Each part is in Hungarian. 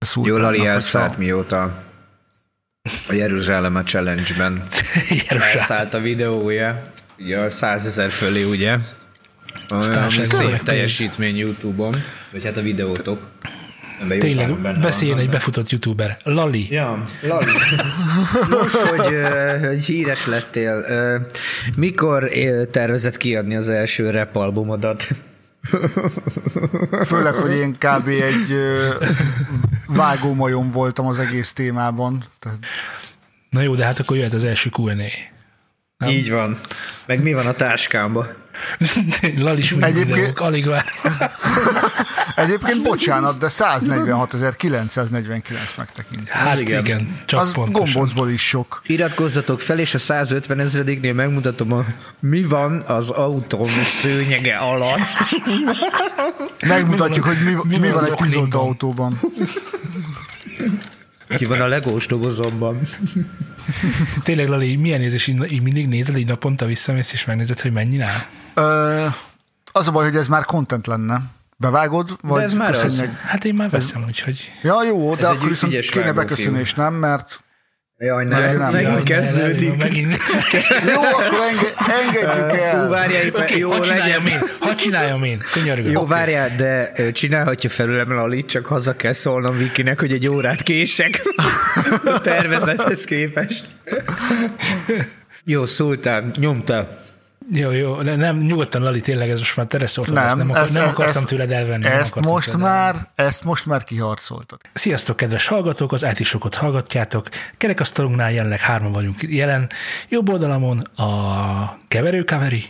Jó, Lali elszállt mióta a Jeruzsálem Challenge-ben elszállt a videója, ugye a 100 000 fölé, ugye? Ami szép teljesítmény YouTube-on, vagy hát a videótok. Tényleg, beszéljen egy befutott youtuber. Lali. Ja, Lali. Most, hogy híres lettél, mikor tervezed kiadni az első rap albumodat? Főleg, hogy én kb. Egy vágómajom voltam az egész témában. Na jó, de hát akkor jöhet az első Q&A. Nem? Így van. Meg mi van a táskámba? Lalis videók, alig vár. Egyébként bocsánat, de 146.949 megtekintés. Hát igen, csak az pontosan. Gombócból is sok. Iratkozzatok fel, és a 150 000-nél megmutatom, mi van az autóm szőnyege alatt. Megmutatjuk, hogy mi van egy tűzolt autóban. Ki van a legós dobozomban. Tényleg, Lali, milyen érzés, így mindig nézel, így naponta visszamész, és megnézed, hogy mennyi áll? Az a baj, hogy ez már content lenne. Bevágod? Vagy de ez már az. Hát én már veszem, úgyhogy... Ja, jó, de akkor viszont kéne beköszönés, nem? Mert... Jaj, megint kezdődik. Jó, akkor engedjük el. Fú, várjál, jó, hadd csináljam én. Könyörgöm. Jó, várjál, de csinálhatja felőlem Lali, csak haza kell szólnom Vikinek, hogy egy órát kések a tervezethez képest. Jó, szóltál, nyomtál. Jó, nem, nyugodtan, Lali, tényleg ez most már tereszoltam, nem akartam tőled elvenni. Ezt most már kiharcoltad. Sziasztok, kedves hallgatók, az IT-sokot hallgatjátok. Kerekasztalunknál jelenleg 3 vagyunk jelen. Jobb oldalamon a keverő-kaveri.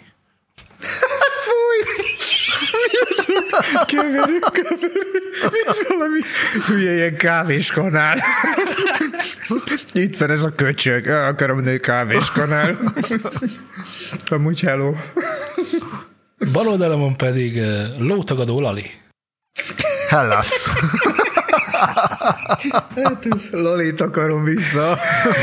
Fúj! Keverő-kaveri. Mi az valami hülye ilyen kávéskanál? Itt van ez a köcsög. Akarom mondani, hogy kávéskanál. Amúgy hello. Bal oldalamon pedig lótagadó Lali. Hellas. Hát ez Lalit akarom vissza.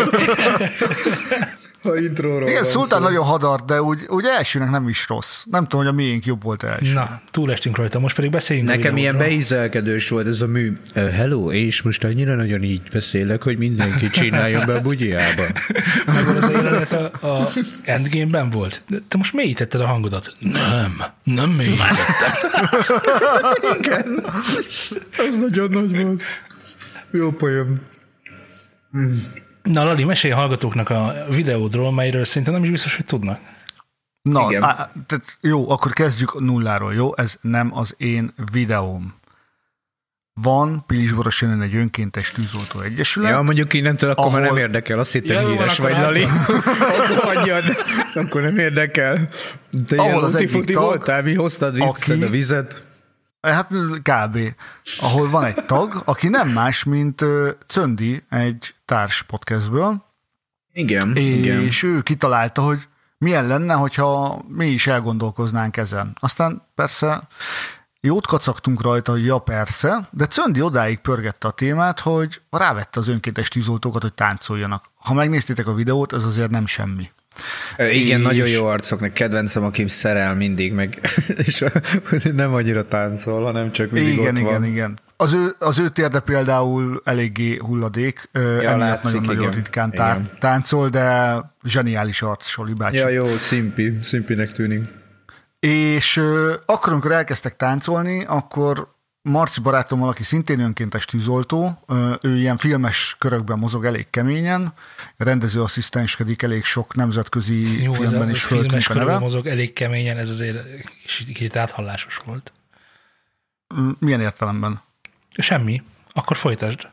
Ha intróról igen, Szultán nagyon hadar, de úgy elsőnek nem is rossz. Nem tudom, hogy a miénk jobb volt első. Na, túlestünk rajta, most pedig beszéljünk. Nekem ilyen beízelkedős volt ez a mű. Hello, és most annyira nagyon így beszélek, hogy mindenki csináljon be a bugyjába. Meg az a jelenet a Endgame-ben volt. De te most mélyítetted a hangodat. Nem mélyítettem. Igen. Ez nagyon nagy volt. Jó poén. Na, Lali, mesélj a hallgatóknak a videódról, melyről szerintem nem is biztos, hogy tudnak. Na, tehát jó, akkor kezdjük nulláról, jó? Ez nem az én videóm. Van Pilisboroson egy önkéntes tűzoltó egyesület. Ja, mondjuk innentől akkor már nem érdekel, azt hittem híres vagy, Lali. Akkor hagyjad, akkor nem érdekel. Te ilyen uti-futi voltál, mi hoztad vissza a vizet? Hát kb. Ahol van egy tag, aki nem más, mint Czöndi egy társ podcastből. Igen. És ő kitalálta, hogy milyen lenne, hogyha mi is elgondolkoznánk ezen. Aztán persze jót kacagtunk rajta, hogy ja persze, de Czöndi odáig pörgette a témát, hogy rávette az önkéntes tűzoltókat, hogy táncoljanak. Ha megnéztétek a videót, ez azért nem semmi. Igen, nagyon jó arcoknak, kedvencem, aki szerel mindig, meg és nem annyira táncol, hanem csak mindig ott van. Igen. Az ő térde például eléggé hulladék, emiatt nagyon-nagyon ritkán táncol, de zseniális arc Soli bácsi. Ja, jó, szimpinek tűnik. És akkor, amikor elkezdtek táncolni, akkor Marci barátommal, aki szintén önkéntes tűzoltó, ő ilyen filmes körökben mozog elég keményen, rendezőasszisztenskedik elég sok nemzetközi filmben is föltűnik a neve. Filmes körökben mozog elég keményen, ez azért kicsit áthallásos volt. Milyen értelemben? Semmi. Akkor folytasd.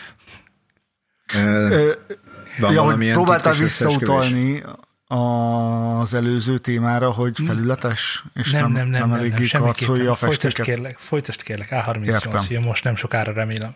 Hogy próbáltál visszautalni az előző témára, hogy felületes, és nem eléggé karcolja a festéket. Folytasd kérlek, A38 jön most nem sokára, remélem.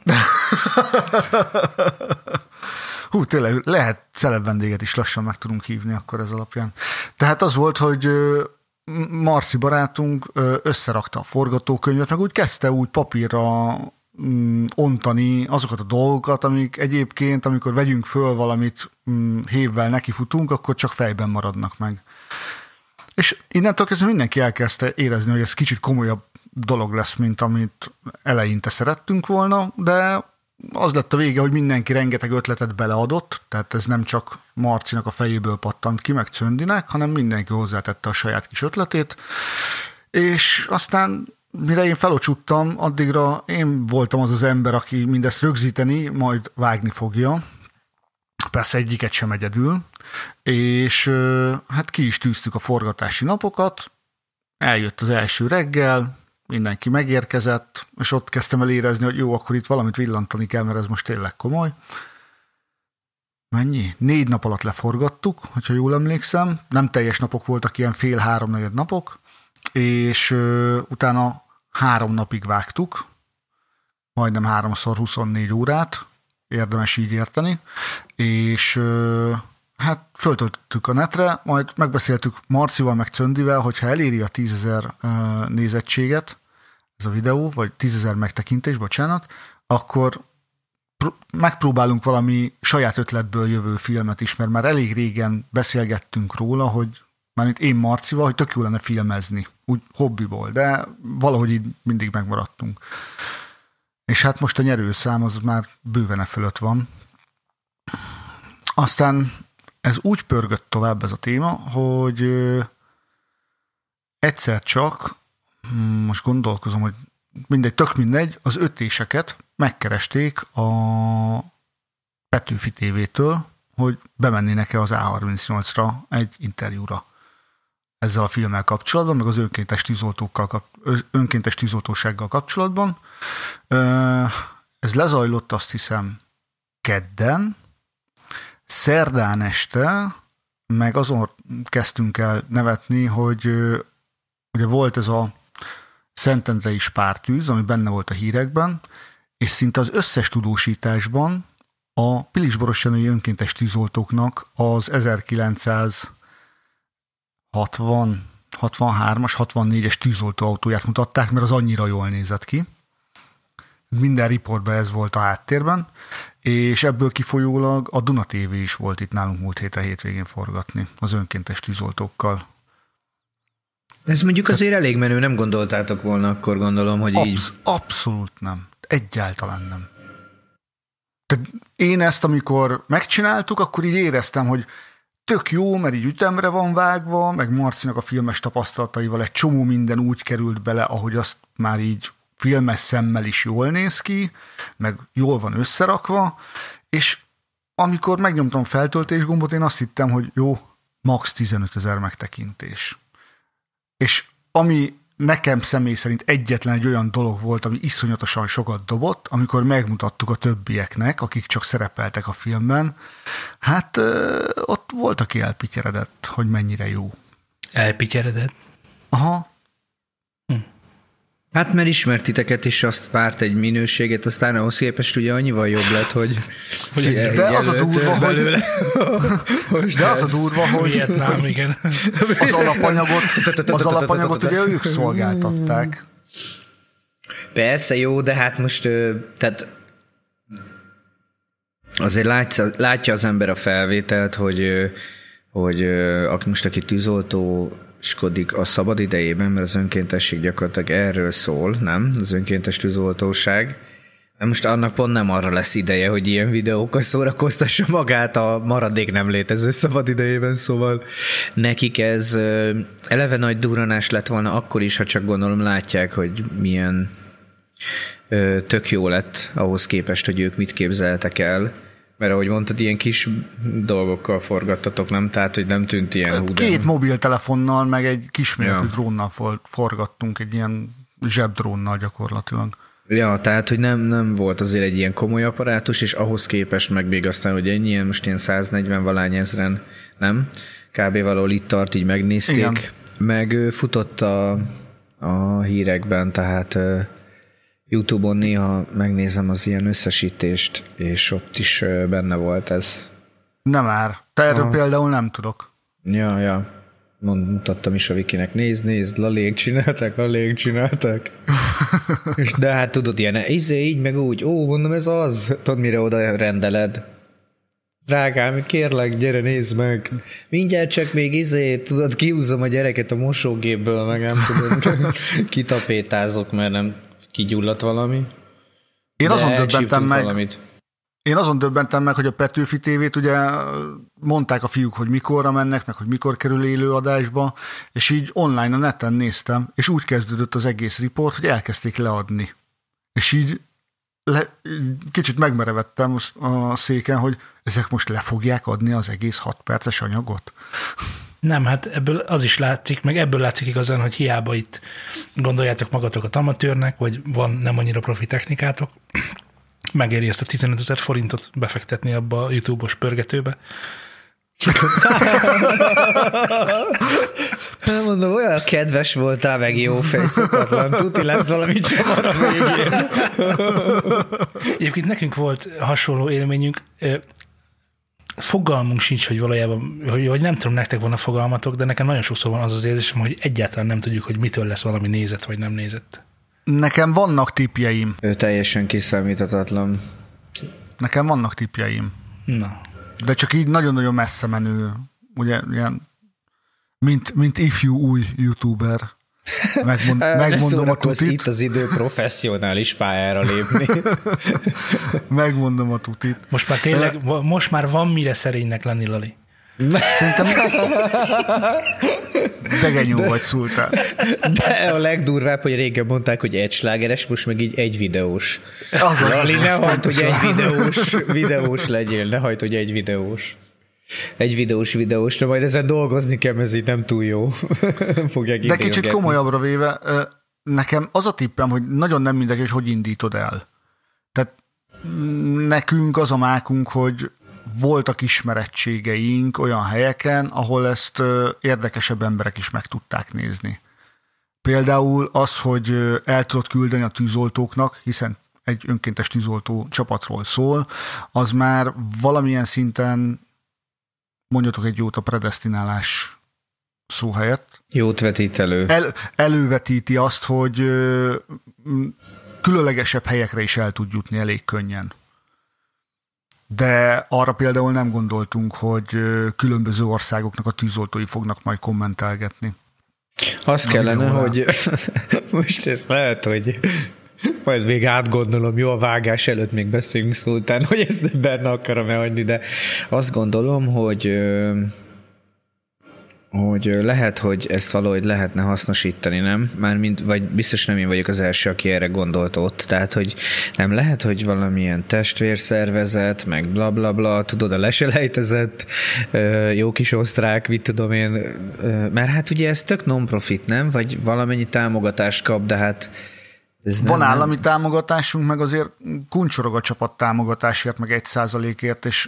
Hú, tényleg, lehet celeb vendéget is lassan meg tudunk hívni akkor ez alapján. Tehát az volt, hogy Marci barátunk összerakta a forgatókönyvet, meg úgy kezdte úgy papírra ontani azokat a dolgokat, amik egyébként, amikor vegyünk föl valamit, hévvel nekifutunk, akkor csak fejben maradnak meg. És innentől kezdve mindenki elkezdte érezni, hogy ez kicsit komolyabb dolog lesz, mint amit eleinte szerettünk volna, de az lett a vége, hogy mindenki rengeteg ötletet beleadott, tehát ez nem csak Marcinak a fejéből pattant ki, meg Czöndinek, hanem mindenki hozzátette a saját kis ötletét, és aztán mire én felocsuttam, addigra én voltam az az ember, aki mindezt rögzíteni, majd vágni fogja. Persze egyiket sem egyedül, és hát ki is tűztük a forgatási napokat, eljött az első reggel, mindenki megérkezett, és ott kezdtem el érezni, hogy jó, akkor itt valamit villantani kell, mert ez most tényleg komoly. Mennyi? 4 nap alatt leforgattuk, hogyha jól emlékszem. Nem teljes napok voltak, ilyen fél-háromnegyed napok, és utána 3 napig vágtuk, majdnem 3x24 órát, érdemes így érteni, és hát föltöltöttük a netre, majd megbeszéltük Marcival meg Czöndivel, hogyha eléri a 10 000 nézettséget ez a videó, vagy 10 000 megtekintés, bocsánat, akkor megpróbálunk valami saját ötletből jövő filmet is, mert már elég régen beszélgettünk róla, hogy mármint én Marcival, hogy tök jó lenne filmezni, úgy hobbiból, de valahogy így mindig megmaradtunk. És hát most a nyerőszám az már bőven e fölött van. Aztán ez úgy pörgött tovább ez a téma, hogy egyszer csak, most gondolkozom, hogy mindegy, tök mindegy, az ötéseket megkeresték a Petőfi TV-től, hogy bemennének-e az A38-ra egy interjúra ezzel a filmmel kapcsolatban, meg az önkéntes tűzoltósággal kapcsolatban. Ez lezajlott, azt hiszem, kedden, szerdán este, meg azon kezdtünk el nevetni, hogy ugye volt ez a szentendrei spártűz, ami benne volt a hírekben, és szinte az összes tudósításban a pilisborosjánói önkéntes tűzoltóknak az 1963-as, 64-es tűzoltóautóját mutatták, mert az annyira jól nézett ki. Minden riportban ez volt a háttérben, és ebből kifolyólag a Duna TV is volt itt nálunk múlt hétvégén forgatni az önkéntes tűzoltókkal. Ez mondjuk azért elég menő, nem gondoltátok volna, akkor gondolom, hogy így... Abszolút nem. Egyáltalán nem. Tehát én ezt, amikor megcsináltuk, akkor így éreztem, hogy tök jó, mert így ütemre van vágva, meg Marcinak a filmes tapasztalataival egy csomó minden úgy került bele, ahogy azt már így filmes szemmel is jól néz ki, meg jól van összerakva, és amikor megnyomtam a feltöltés gombot, én azt hittem, hogy jó, max 15 000 megtekintés. És ami nekem személy szerint egyetlen egy olyan dolog volt, ami iszonyatosan sokat dobott, amikor megmutattuk a többieknek, akik csak szerepeltek a filmben, hát ott volt, aki elpityeredett, hogy mennyire jó. Elpityeredett? Aha. Hát mert ismert titeket is, azt várt egy minőséget, aztán ahhoz képest ugye annyival jobb lett, hogy de az a durva, belőle. De az a durva, hogy Vietnám, igen. Az alapanyagot ugye ők szolgáltatták. Persze, jó, de hát most tehát azért látja az ember a felvételt, hogy aki tűzoltóskodik a szabad idejében, mert az önkéntesség gyakorlatilag erről szól, nem? Az önkéntes tűzoltóság. De most annak pont nem arra lesz ideje, hogy ilyen videókkal szórakoztassa magát a maradék nem létező szabad idejében, szóval nekik ez eleve nagy durranás lett volna akkor is, ha csak gondolom látják, hogy milyen tök jó lett ahhoz képest, hogy ők mit képzeltek el. Mert ahogy mondtad, ilyen kis dolgokkal forgattatok, nem? Tehát, hogy nem tűnt ilyen... 2 mobiltelefonnal, meg egy kisméretű drónnal forgattunk, egy ilyen zsebdrónnal gyakorlatilag. Ja, tehát, hogy nem volt azért egy ilyen komoly apparátus, és ahhoz képest meg még aztán, hogy ennyien, most ilyen 140 ezren, nem? Kb. Valahol itt tart, így megnézték. Igen. Meg futott a hírekben, tehát... YouTube-on néha megnézem az ilyen összesítést, és ott is benne volt ez. Nem már. Te erről például nem tudok. Ja. Mutattam is a Vikinek, nézd, lalék csináltak. És de hát tudod, ilyen, így meg úgy, mondom, ez az. Tudod, mire oda rendeled? Drágám, kérlek, gyere, nézd meg. Mindjárt csak még tudod, kihúzom a gyereket a mosógépből, meg nem tudom, kitapétázok, mert nem kigyulladt valami. Én azon döbbentem meg, hogy a Petőfi tévét ugye mondták a fiúk, hogy mikorra mennek, meg hogy mikor kerül élőadásba, és így online a neten néztem, és úgy kezdődött az egész riport, hogy elkezdték leadni. És így kicsit megmerevettem a széken, hogy ezek most le fogják adni az egész 6 perces anyagot. Nem, hát ebből az is látszik, meg ebből látszik igazán, hogy hiába itt gondoljátok magatokat amatőrnek, vagy van nem annyira profi technikátok, megéri ezt a 15 000 forintot befektetni abba a YouTube-os pörgetőbe. Mondom, olyan kedves voltál, meg jó fej, szokatlan, tuti lesz valami csavar a végén. Egyébként nekünk volt hasonló élményünk, fogalmunk sincs, hogy valójában, hogy nem tudom, nektek van a fogalmatok, de nekem nagyon sokszor van az érzésem, hogy egyáltalán nem tudjuk, hogy mitől lesz valami nézett, vagy nem nézett. Nekem vannak tippjeim. Ő teljesen kiszámíthatatlan. Nekem vannak tippjeim. Na. De csak így nagyon-nagyon messze menő, ugye, ilyen, mint ifjú új youtuber. Megmondom a tutit. Itt az idő professzionális pályára lépni. Megmondom a tutit. Most már tényleg, most már van mire szerénynek lenni, Lali. Szerintem degenyó vagy, Szultán. De a legdurvább, hogy régen mondták, hogy egy slágeres, most meg így egy videós. Lali, ne hagyd, hogy egy videós legyél, ne hagyd, hogy egy videós. Egy videós, de majd ezen dolgozni kell, ez így nem túl jó. De kicsit komolyabbra véve, nekem az a tippem, hogy nagyon nem mindegy, hogy indítod el. Tehát nekünk az a mákunk, hogy voltak ismerettségeink olyan helyeken, ahol ezt érdekesebb emberek is meg tudták nézni. Például az, hogy el tudod küldeni a tűzoltóknak, hiszen egy önkéntes tűzoltó csapatról szól, az már valamilyen szinten, mondjatok egy jót a predesztinálás szó helyett. Jót vetít elő. Elővetíti azt, hogy különlegesebb helyekre is el tud jutni elég könnyen. De arra például nem gondoltunk, hogy különböző országoknak a tűzoltói fognak majd kommentelgetni. Azt kellene, hogy most ezt lehet, hogy majd még átgondolom, jó, a vágás előtt még beszélünk Szultán, hogy ezt benne akarom-e hagyni, de azt gondolom, hogy lehet, hogy ezt valahogy lehetne hasznosítani, nem? Vagy biztos nem én vagyok az első, aki erre gondolt ott. Tehát, hogy nem lehet, hogy valamilyen testvérszervezet, meg blablabla, tudod, a leselejtezett, jó kis osztrák, mit tudom én, mert hát ugye ez tök non-profit, nem? Vagy valamennyi támogatást kap, de hát ez van állami támogatásunk, meg azért kuncsorog a csapat támogatásért, meg 1%-ért, és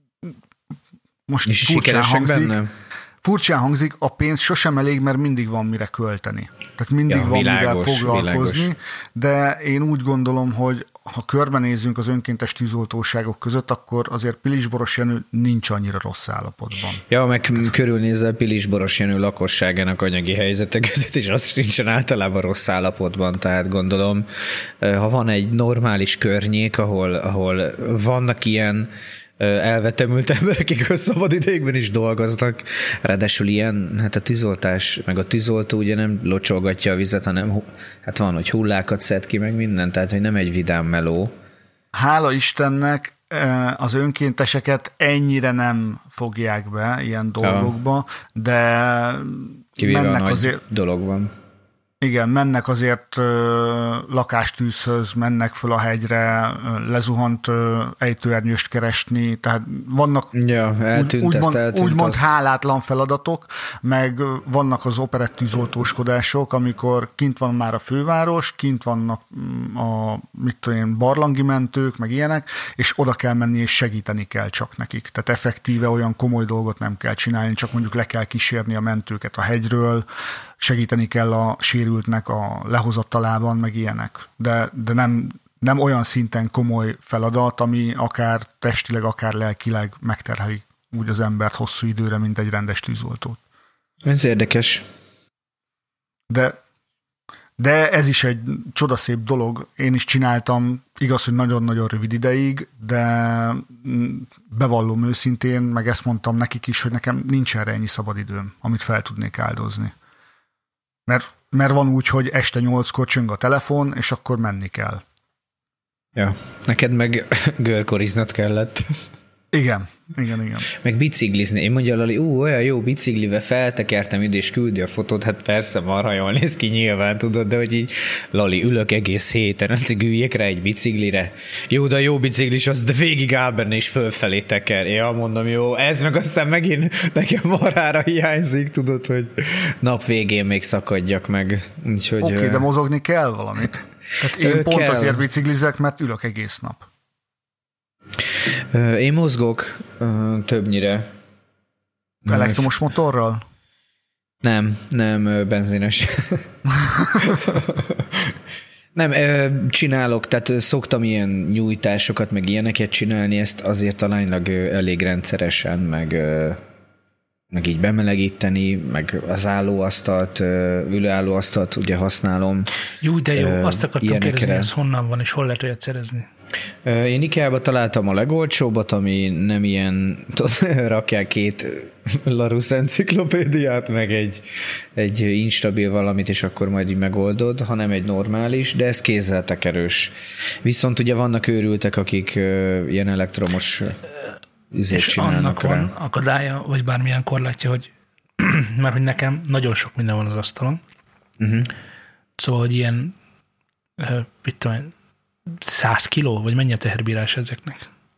most és sikeresek benne? Furcsán hangzik, a pénz sosem elég, mert mindig van mire költeni. Tehát mindig van mivel foglalkozni, világos. De én úgy gondolom, hogy ha körbenézzünk az önkéntes tűzoltóságok között, akkor azért Pilisboros Jenő nincs annyira rossz állapotban. Ja, meg körülnézzel Pilisboros Jenő lakosságának anyagi helyzete között, és az nincsen általában rossz állapotban, tehát gondolom, ha van egy normális környék, ahol vannak ilyen elvetemült emberek, akik a szabad idejükben is dolgoznak. Ráadásul ilyen, hát a tűzoltás, meg a tűzoltó ugye nem locsolgatja a vizet, hanem hát van, hogy hullákat szed ki, meg minden, tehát hogy nem egy vidám meló. Hála Istennek az önkénteseket ennyire nem fogják be ilyen dolgokba, de kivéve mennek azért dolog van. Igen, mennek azért lakástűzhöz, mennek föl a hegyre, lezuhant ejtőernyőst keresni, tehát vannak úgymond hálátlan feladatok, meg vannak az operett tűzoltóskodások, amikor kint van már a főváros, kint vannak a barlangi mentők, meg ilyenek, és oda kell menni, és segíteni kell csak nekik. Tehát effektíve olyan komoly dolgot nem kell csinálni, csak mondjuk le kell kísérni a mentőket a hegyről, segíteni kell a sérültnek a lehozatalában, meg ilyenek. De nem olyan szinten komoly feladat, ami akár testileg, akár lelkileg megterheli úgy az embert hosszú időre, mint egy rendes tűzoltót. Ez érdekes. De ez is egy csodaszép dolog. Én is csináltam, igaz, hogy nagyon-nagyon rövid ideig, de bevallom őszintén, meg ezt mondtam nekik is, hogy nekem nincs erre ennyi szabadidőm, amit fel tudnék áldozni. Mert van úgy, hogy este 8-kor csöng a telefon, és akkor menni kell. Ja, neked meg görkoriznat kellett. Igen. Meg biciklizni. Én mondja Lali, olyan jó biciklivel feltekertem ide, és küldi a fotót, hát persze marha jól néz ki, nyilván tudod, de hogy így Lali, ülök egész héten, azt üljek rá egy biciklire. Jó, de jó biciklis az, de végig áll benne, és fölfelé teker. Ja, mondom, jó, ez meg aztán megint nekem marhára hiányzik, tudod, hogy nap végén még szakadjak meg. Oké, de mozogni kell valamit. Tehát én pont kell. Azért biciklizek, mert ülök egész nap. Én mozgok többnyire. Elektromos motorral? Nem, benzines. Nem, csinálok, tehát szoktam ilyen nyújtásokat, meg ilyeneket csinálni, ezt azért talánylag elég rendszeresen, meg így bemelegíteni, meg az állóasztalt, ülőállóasztalt ugye használom. Jó, de jó, azt akartam kérdezni, hogy ez honnan van, és hol lehet olyat szerezni? Én IKEA-ba találtam a legolcsóbbat, ami nem ilyen, rakják 2 Larousse enciklopédiát, meg egy instabil valamit, és akkor majd így megoldod, hanem egy normális, de ez kézzeltekerős. Viszont ugye vannak őrültek, akik ilyen elektromos és annak van akadálya, vagy bármilyen korlátja, hogy mert hogy nekem nagyon sok minden van az asztalon. Szóval, hogy ilyen 100 kiló, vagy mennyi a teherbírás ezeknek?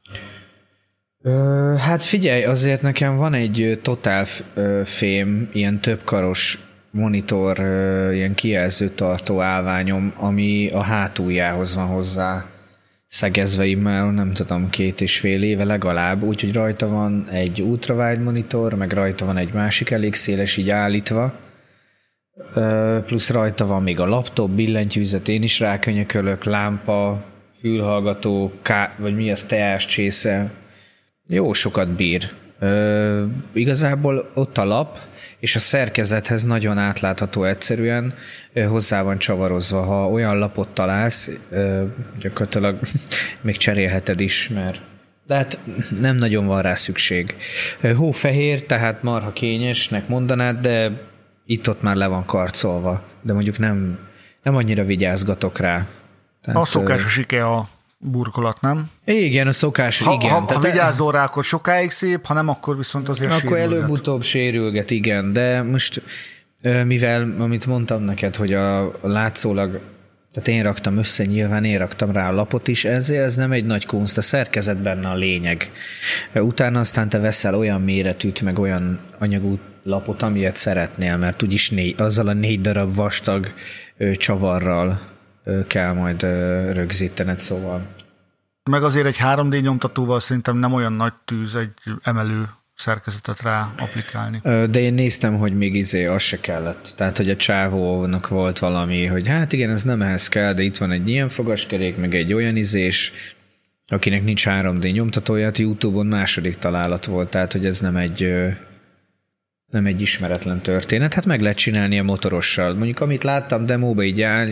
Hát figyelj, azért nekem van egy Total Fame, ilyen többkaros monitor, ilyen kijelzőtartó állványom, ami a hátuljához van hozzá szegezve immár, nem tudom, 2,5 éve legalább, úgyhogy rajta van egy ultrawide monitor, meg rajta van egy másik elég széles így állítva, plusz rajta van még a laptop, billentyűzet, én is rákönyökölök, lámpa, fülhallgató, vagy mi az, teás csésze, jó sokat bír. Igazából ott a lap, és a szerkezethez nagyon átlátható egyszerűen, hozzá van csavarozva. Ha olyan lapot találsz, gyakorlatilag még cserélheted is, de hát nem nagyon van rá szükség. Hófehér, tehát marha kényesnek mondanád, de itt-ott már le van karcolva, de mondjuk nem annyira vigyázgatok rá. Tehát, a szokásos IKEA burkolat, nem? Igen, a szokás, igen. Ha vigyázol rá, akkor sokáig szép, ha nem, akkor viszont azért akkor sérülget. előbb-utóbb sérülget, igen, de most mivel, amit mondtam neked, hogy a látszólag, tehát én raktam össze, nyilván én raktam rá a lapot is, ezért ez nem egy nagy kunst, a szerkezet benne a lényeg. Utána aztán te veszel olyan méretűt, meg olyan anyagú lapot, amilyet szeretnél, mert úgyis azzal a 4 darab vastag csavarral kell majd rögzítened, szóval. Meg azért egy 3D nyomtatóval szerintem nem olyan nagy tűz egy emelő szerkezetet rá applikálni. De én néztem, hogy még az se kellett. Tehát, hogy a csávónak volt valami, hogy hát igen, ez nem ehhez kell, de itt van egy ilyen fogaskerék, meg egy olyan izés, akinek nincs 3D nyomtatója, hát YouTube-on második találat volt, tehát, hogy ez nem egy ismeretlen történet. Hát meg lehet csinálni a motorossal. Mondjuk, amit láttam demóba így áll,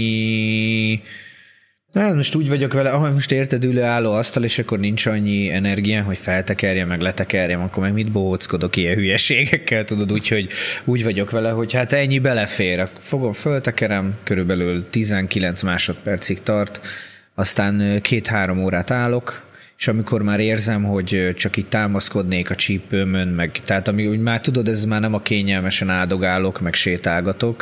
hát most úgy vagyok vele, most érted, ülőálló asztal, és akkor nincs annyi energiám, hogy feltekerjem, meg letekerjem, akkor meg mit bohóckodok ilyen hülyeségekkel, tudod, úgyhogy úgy vagyok vele, hogy hát ennyi belefér. Fogom, föltekerem, körülbelül 19 másodpercig tart, aztán 2-3 órát állok, és amikor már érzem, hogy csak itt támaszkodnék a csípőmön, meg, tehát ami úgy már tudod, ez már nem a kényelmesen áldogálok, meg sétálgatok,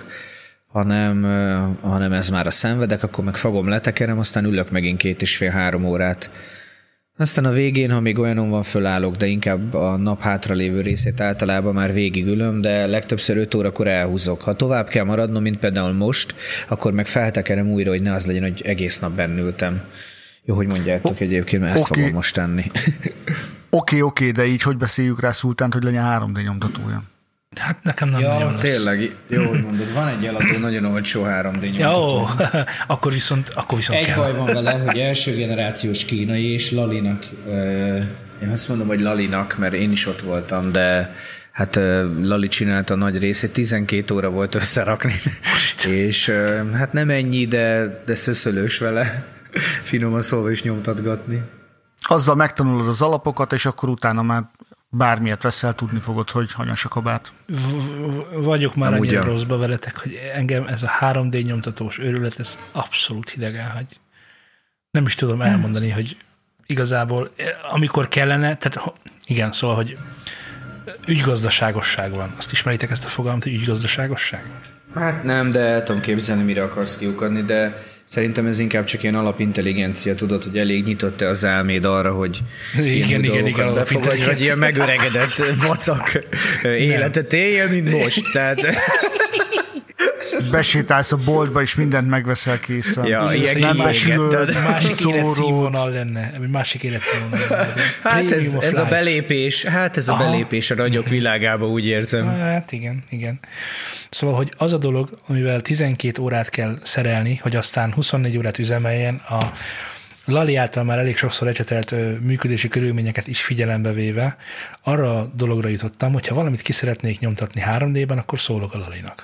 hanem ez már a szenvedek, akkor meg fogom, letekerem, aztán ülök megint 2,5-3 órát. Aztán a végén, ha még olyanon van, fölállok, de inkább a nap hátralévő részét általában már végigülöm, de legtöbbször 5 órakor elhúzok. Ha tovább kell maradnom, mint például most, akkor meg feltekerem újra, hogy ne az legyen, hogy egész nap bennültem. Jó, hogy mondjátok egyébként, mert ezt fogom most tenni. Oké, de így hogy beszéljük rá Szultánt, hogy legyen 3D nyomtatója? Hát nekem nem nagyon lesz. Tényleg, jó, hogy mondod, van egy eladó nagyon olcsó 3D nyomtató. Jó, akkor viszont egy kell. baj van vele, hogy első generációs kínai, és Lalinak, én azt mondom, hogy Lalinak, mert én is ott voltam, de hát Lali csinálta a nagy részét, 12 óra volt összerakni, és hát nem ennyi, de szöszölős vele, finoman szólva is nyomtatgatni. Azzal megtanulod az alapokat, és akkor utána már bármilyet veszel, tudni fogod, hogy hanyas a kabát. Vagyok már annyira rosszba veletek, hogy engem ez a 3D nyomtatós őrület, ez abszolút hidegen hagy. nem is tudom elmondani, hogy igazából amikor kellene, tehát igen, szóval, hogy ügygazdaságosság van. Azt ismeritek ezt a fogalmat, hogy ügygazdaságosság? Hát nem, de tudom képzelni, mire akarsz kiukadni, de szerintem ez inkább csak ilyen alapintelligencia, tudod, hogy elég nyitott-e az elméd arra, hogy igen, befogadj, vagy ilyen megöregedett vacak életet éljen, mint most. Tehát... Besétálsz a boltba, és mindent megveszel készen. Ja, ilyen nem besülöd, másik életszínvonal lenne. Másik életszínvonal lenne. Hát ez a belépés, a belépés a nagyok világába, úgy érzem. Hát igen. Szóval, hogy az a dolog, amivel 12 órát kell szerelni, hogy aztán 24 órát üzemeljen, a Lali által már elég sokszor ecsetelt működési körülményeket is figyelembe véve, arra a dologra jutottam, hogyha valamit ki szeretnék nyomtatni 3D-ben, akkor szólok a Lalinak.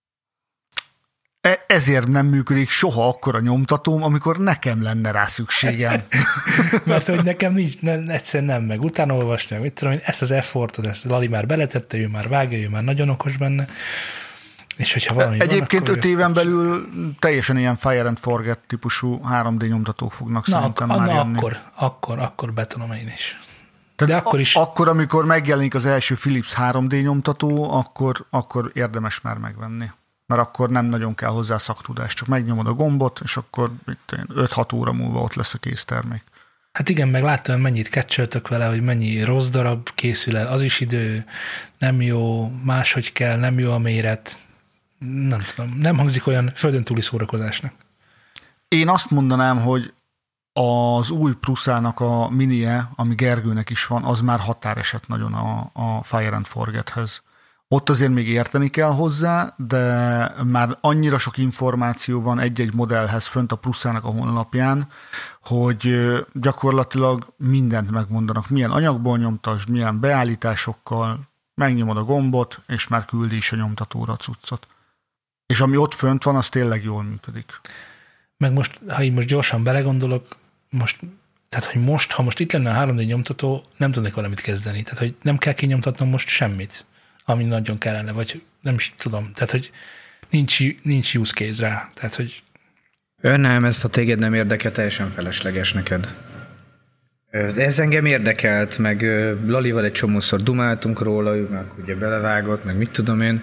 Ezért nem működik soha akkora nyomtatóm, amikor nekem lenne rá szükségem. Mert hogy nekem nincs, egyszerűen nem meg utána olvasni, mit tudom én, ezt az effortot, ezt Lali már beletette, ő már vágja, ő már nagyon okos benne. És hogyha valami egyébként van, 5 éven belül teljesen ilyen Fire and Forget típusú 3D nyomtatók fognak szerintem már jönni. Akkor betonom én is. De akkor is. Akkor, amikor megjelenik az első Philips 3D nyomtató, akkor érdemes már megvenni. Mert akkor nem nagyon kell hozzá szaktudás, csak megnyomod a gombot, és akkor 5-6 óra múlva ott lesz a késztermék. Hát igen, meg láttam, mennyit catcheltök vele, hogy mennyi rossz darab készül el, az is idő, nem jó, máshogy kell, nem jó a méret, nem tudom, nem hangzik olyan földön túli szórakozásnak. Én azt mondanám, hogy az új Prusának a minie, ami Gergőnek is van, az már határeset nagyon a Fire and Forgethez. Ott azért még érteni kell hozzá, de már annyira sok információ van egy-egy modellhez fönt a Prusának a honlapján, hogy gyakorlatilag mindent megmondanak. Milyen anyagból nyomtasd, milyen beállításokkal, megnyomod a gombot, és már küldi is a nyomtatóra a cuccot. És ami ott fönt van, az tényleg jól működik. Meg most, ha így most gyorsan belegondolok, tehát, hogy ha most itt lenne a 3D nyomtató, nem tudnék valamit kezdeni. Tehát, hogy nem kell kinyomtatnom most semmit, ami nagyon kellene, vagy nem is tudom. Tehát, hogy nincs use case rá. Tehát, hogy... Nem, ez ha téged nem érdekel, teljesen felesleges neked. De ez engem érdekelt, meg Lalival egy csomószor dumáltunk róla, ő meg ugye belevágott, meg mit tudom én.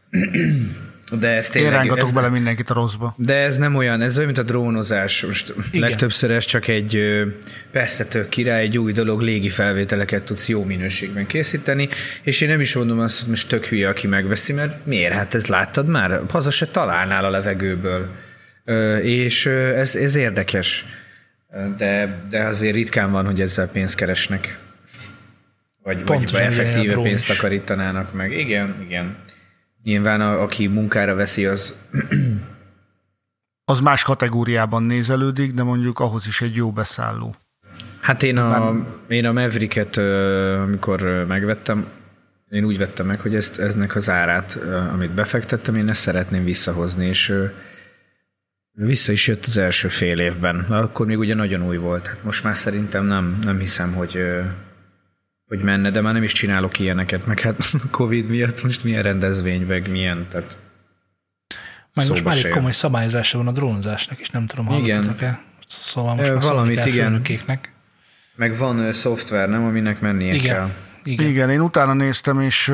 De ez tényleg, én rángatok bele mindenkit a rosszba. De ez nem olyan, ez olyan, mint a drónozás. Most legtöbbször ez csak egy, persze tök király, egy új dolog, légi felvételeket tudsz jó minőségben készíteni, és én nem is mondom azt, hogy most tök hülye, aki megveszi, mert miért? Hát ez láttad már? Haza se találnál a levegőből. És ez érdekes. De azért ritkán van, hogy ezzel pénzt keresnek. Vagy effektíve pénzt takarítanának meg. Igen. Nyilván aki munkára veszi, az... Az más kategóriában nézelődik, de mondjuk ahhoz is egy jó beszálló. Hát én a Mavericket, amikor megvettem, én úgy vettem meg, hogy eznek az árát, amit befektettem, én ezt szeretném visszahozni, és vissza is jött az első fél évben. Akkor még ugye nagyon új volt. Hát most már szerintem nem hiszem, hogy menne, de már nem is csinálok ilyeneket, meg hát Covid miatt most milyen rendezvény, meg milyen, tehát meg most már egy komoly szabályozása van a drónozásnak, és nem tudom, hallottatok-e? Szóval most már valamit, igen. Meg van szoftver, nem, aminek mennie kell. Igen, én utána néztem, és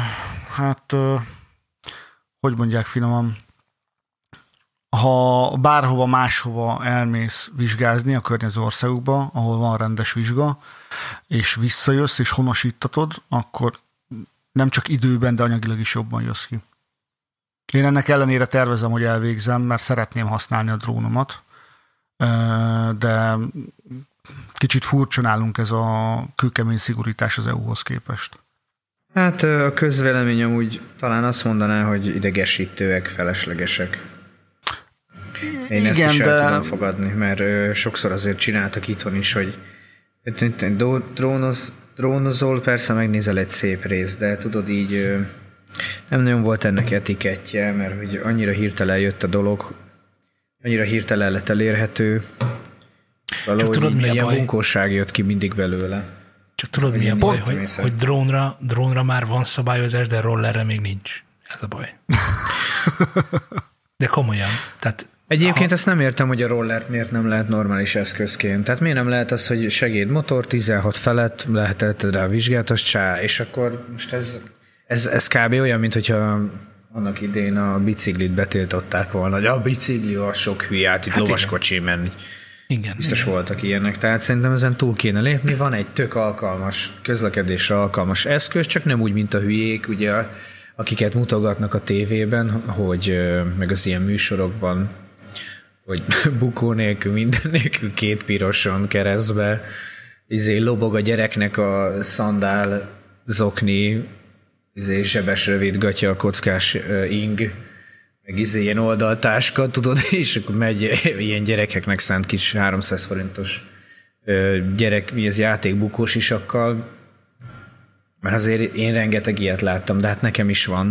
hogy mondják finoman, ha bárhova máshova elmész vizsgázni a környező országokba, ahol van rendes vizsga, és visszajössz, és honosítatod, akkor nem csak időben, de anyagilag is jobban jössz ki. Én ennek ellenére tervezem, hogy elvégzem, mert szeretném használni a drónomat, de kicsit furcsa nálunk ez a kőkemény szigorítás az EU-hoz képest. Hát a közvélemény amúgy talán azt mondaná, hogy idegesítőek, feleslegesek. Én ezt is el tudom fogadni, mert sokszor azért csináltak itthon is, hogy drónozol, persze megnézel egy szép részt, de tudod így nem nagyon volt ennek etikettje, mert hogy annyira hirtelen jött a dolog, annyira hirtelen lett elérhető, valahogy tudod, ilyen munkosság jött ki mindig belőle. Csak tudod, mi a baj, hogy drónra már van szabályozás, de rollerre még nincs. Ez a baj. De komolyan. Tehát Egyébként ezt nem értem, hogy a rollert miért nem lehet normális eszközként. Tehát miért nem lehet az, hogy segédmotor 16 felett lehetett rá vizsgálatos csá, és akkor most ez kb. Olyan, mint hogyha annak idén a biciklit betiltották volna, hogy a bicikli a sok hülyát, itt lovaskocsi menni. Igen. Biztos voltak ilyenek, tehát szerintem ezen túl kéne lépni. Van egy tök alkalmas, közlekedésre alkalmas eszköz, csak nem úgy, mint a hülyék, ugye, akiket mutogatnak a tévében, hogy meg az ilyen műsorokban, hogy bukó nélkül, minden nélkül 2 piroson keresztbe lobog a gyereknek a szandál zokni, zsebes rövidgatja a kockás ing, meg ilyen oldaltáska, tudod, és akkor megy ilyen gyerekeknek szánt kis 300 forintos ez játékbukós isakkal, mert azért én rengeteg ilyet láttam, de hát nekem is van,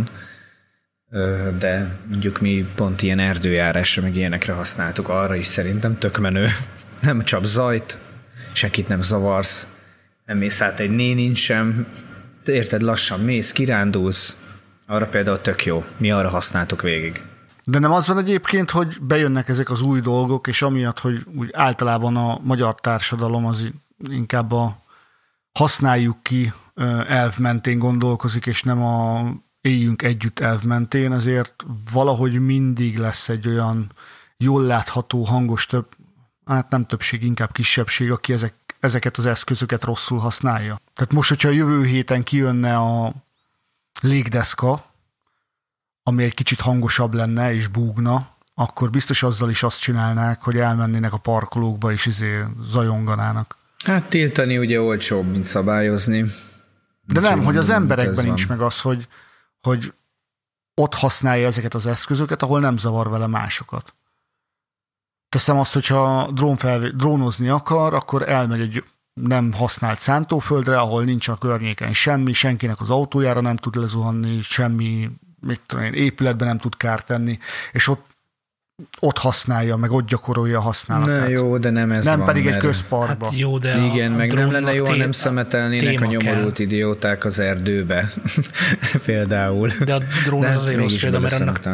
de mondjuk mi pont ilyen erdőjárásra, meg ilyenekre használtuk, arra is szerintem tök menő. Nem csap zajt, senkit nem zavarsz, nem mész át egy nénin sem, érted, lassan mész, kirándulsz, arra például tök jó. Mi arra használtuk végig. De nem az van egyébként, hogy bejönnek ezek az új dolgok, és amiatt, hogy úgy általában a magyar társadalom az inkább a használjuk ki elv mentén gondolkozik, és nem a éljünk együtt elv mentén, azért valahogy mindig lesz egy olyan jól látható, hangos hát nem többség, inkább kisebbség, aki ezeket az eszközöket rosszul használja. Tehát most, hogyha jövő héten kijönne a légdeszka, ami egy kicsit hangosabb lenne és búgna, akkor biztos azzal is azt csinálnák, hogy elmennének a parkolókba és zajonganának. Hát tiltani ugye olcsóbb, mint szabályozni. De nem, hogy az emberekben nincs meg az, hogy ott használja ezeket az eszközöket, ahol nem zavar vele másokat. Teszem azt, hogyha drónozni akar, akkor elmegy egy nem használt szántóföldre, ahol nincs a környéken semmi, senkinek az autójára nem tud lezuhanni, semmi, mit tudom én, épületben nem tud kárt tenni, és ott használja, meg ott gyakorolja a használatát. Na jó, de nem ez nem van. pedig egy közparkba. Hát jó, de igen, meg nem lenne jó, ha nem szemetelnének a nyomorult idióták az erdőbe. Például. De a drón az azért rossz példa,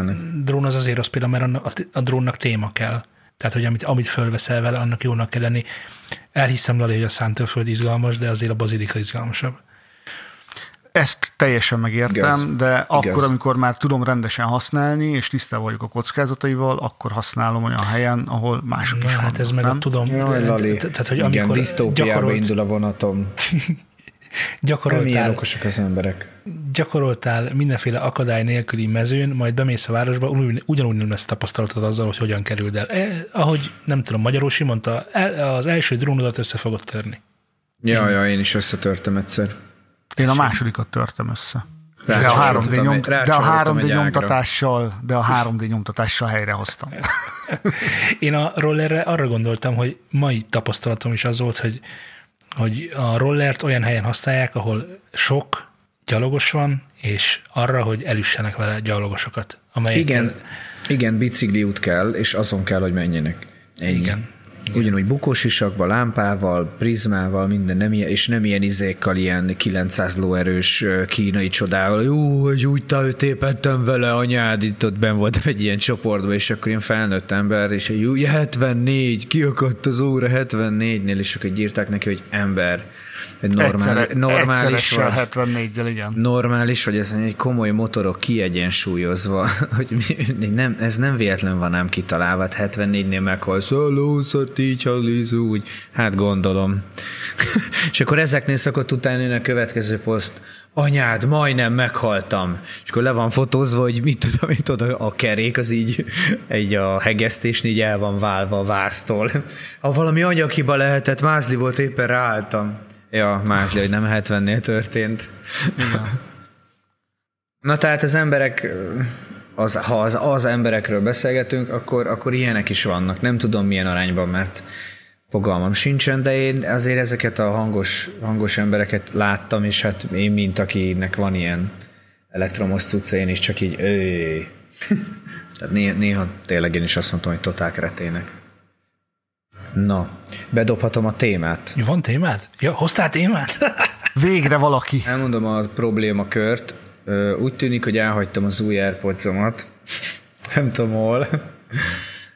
mert a drónnak téma kell. Tehát, hogy amit fölveszel vele, annak jónak kell lenni. Elhiszem, Lali, hogy a szántóföld izgalmas, de azért a bazilika izgalmasabb. Ezt teljesen megértem, igaz, de akkor, igaz. Amikor már tudom rendesen használni, és tisztában vagyok a kockázataival, akkor használom olyan helyen, ahol mások is vannak. Hát ez meg ott tudom. Jaj, Lali. Tehát, hogy igen, disztópiába indul a vonatom. Milyen okosak az emberek. Gyakoroltál mindenféle akadály nélküli mezőn, majd bemész a városba, ugyanúgy nem lesz tapasztalatod azzal, hogy hogyan kerüld el. Ahogy, nem tudom, Magyarósi mondta, az első drónodat össze fogod törni. Ja, én is összetörtem egyszer. Én a másodikat törtem össze. De a 3D nyomtatással helyrehoztam. Én a rollerre arra gondoltam, hogy mai tapasztalatom is az volt, hogy a rollert olyan helyen használják, ahol sok gyalogos van, és arra, hogy elüssenek vele gyalogosokat. Igen, bicikliút kell, és azon kell, hogy menjenek. Ennyi. Igen. Ugyanúgy bukósisakban, lámpával, prizmával, minden, és nem ilyen izékkal, ilyen 900 lóerős kínai csodával. Jó, hogy úgy tépettem vele, anyád, itt benn voltam egy ilyen csoportban, és akkor ilyen felnőtt ember, és jó, 74, kiakadt az óra 74-nél, és akkor írták neki, hogy ember, egy normális vagy. 74-del, igen. Normális, vagy ez egy komoly motorok kiegyensúlyozva, hogy ez nem véletlen van ám kitalálva, 74-nél meghalsz, így halíz úgy. Hát gondolom. És akkor ezeknél szokott utána jön a következő poszt. Anyád, majdnem meghaltam. És akkor le van fotózva, hogy mit tudom, a kerék az így a hegesztésnél így el van válva a váztól. Ha valami anyaghiba lehetett, mázli volt, éppen ráálltam. Ja, mázli, hogy nem 70-nél történt. Ja. Na tehát az emberek... ha az emberekről beszélgetünk, akkor ilyenek is vannak. Nem tudom milyen arányban, mert fogalmam sincsen, de én azért ezeket a hangos embereket láttam, és hát én, mint akinek van ilyen elektromos cucca, én is csak így Tehát néha tényleg én is azt mondtam, hogy totál kretének. Na, bedobhatom a témát. Van témád? Ja, hoztál témát? Végre valaki. Elmondom a problémakört. Úgy tűnik, hogy elhagytam az új AirPods-omat. Nem tudom hol.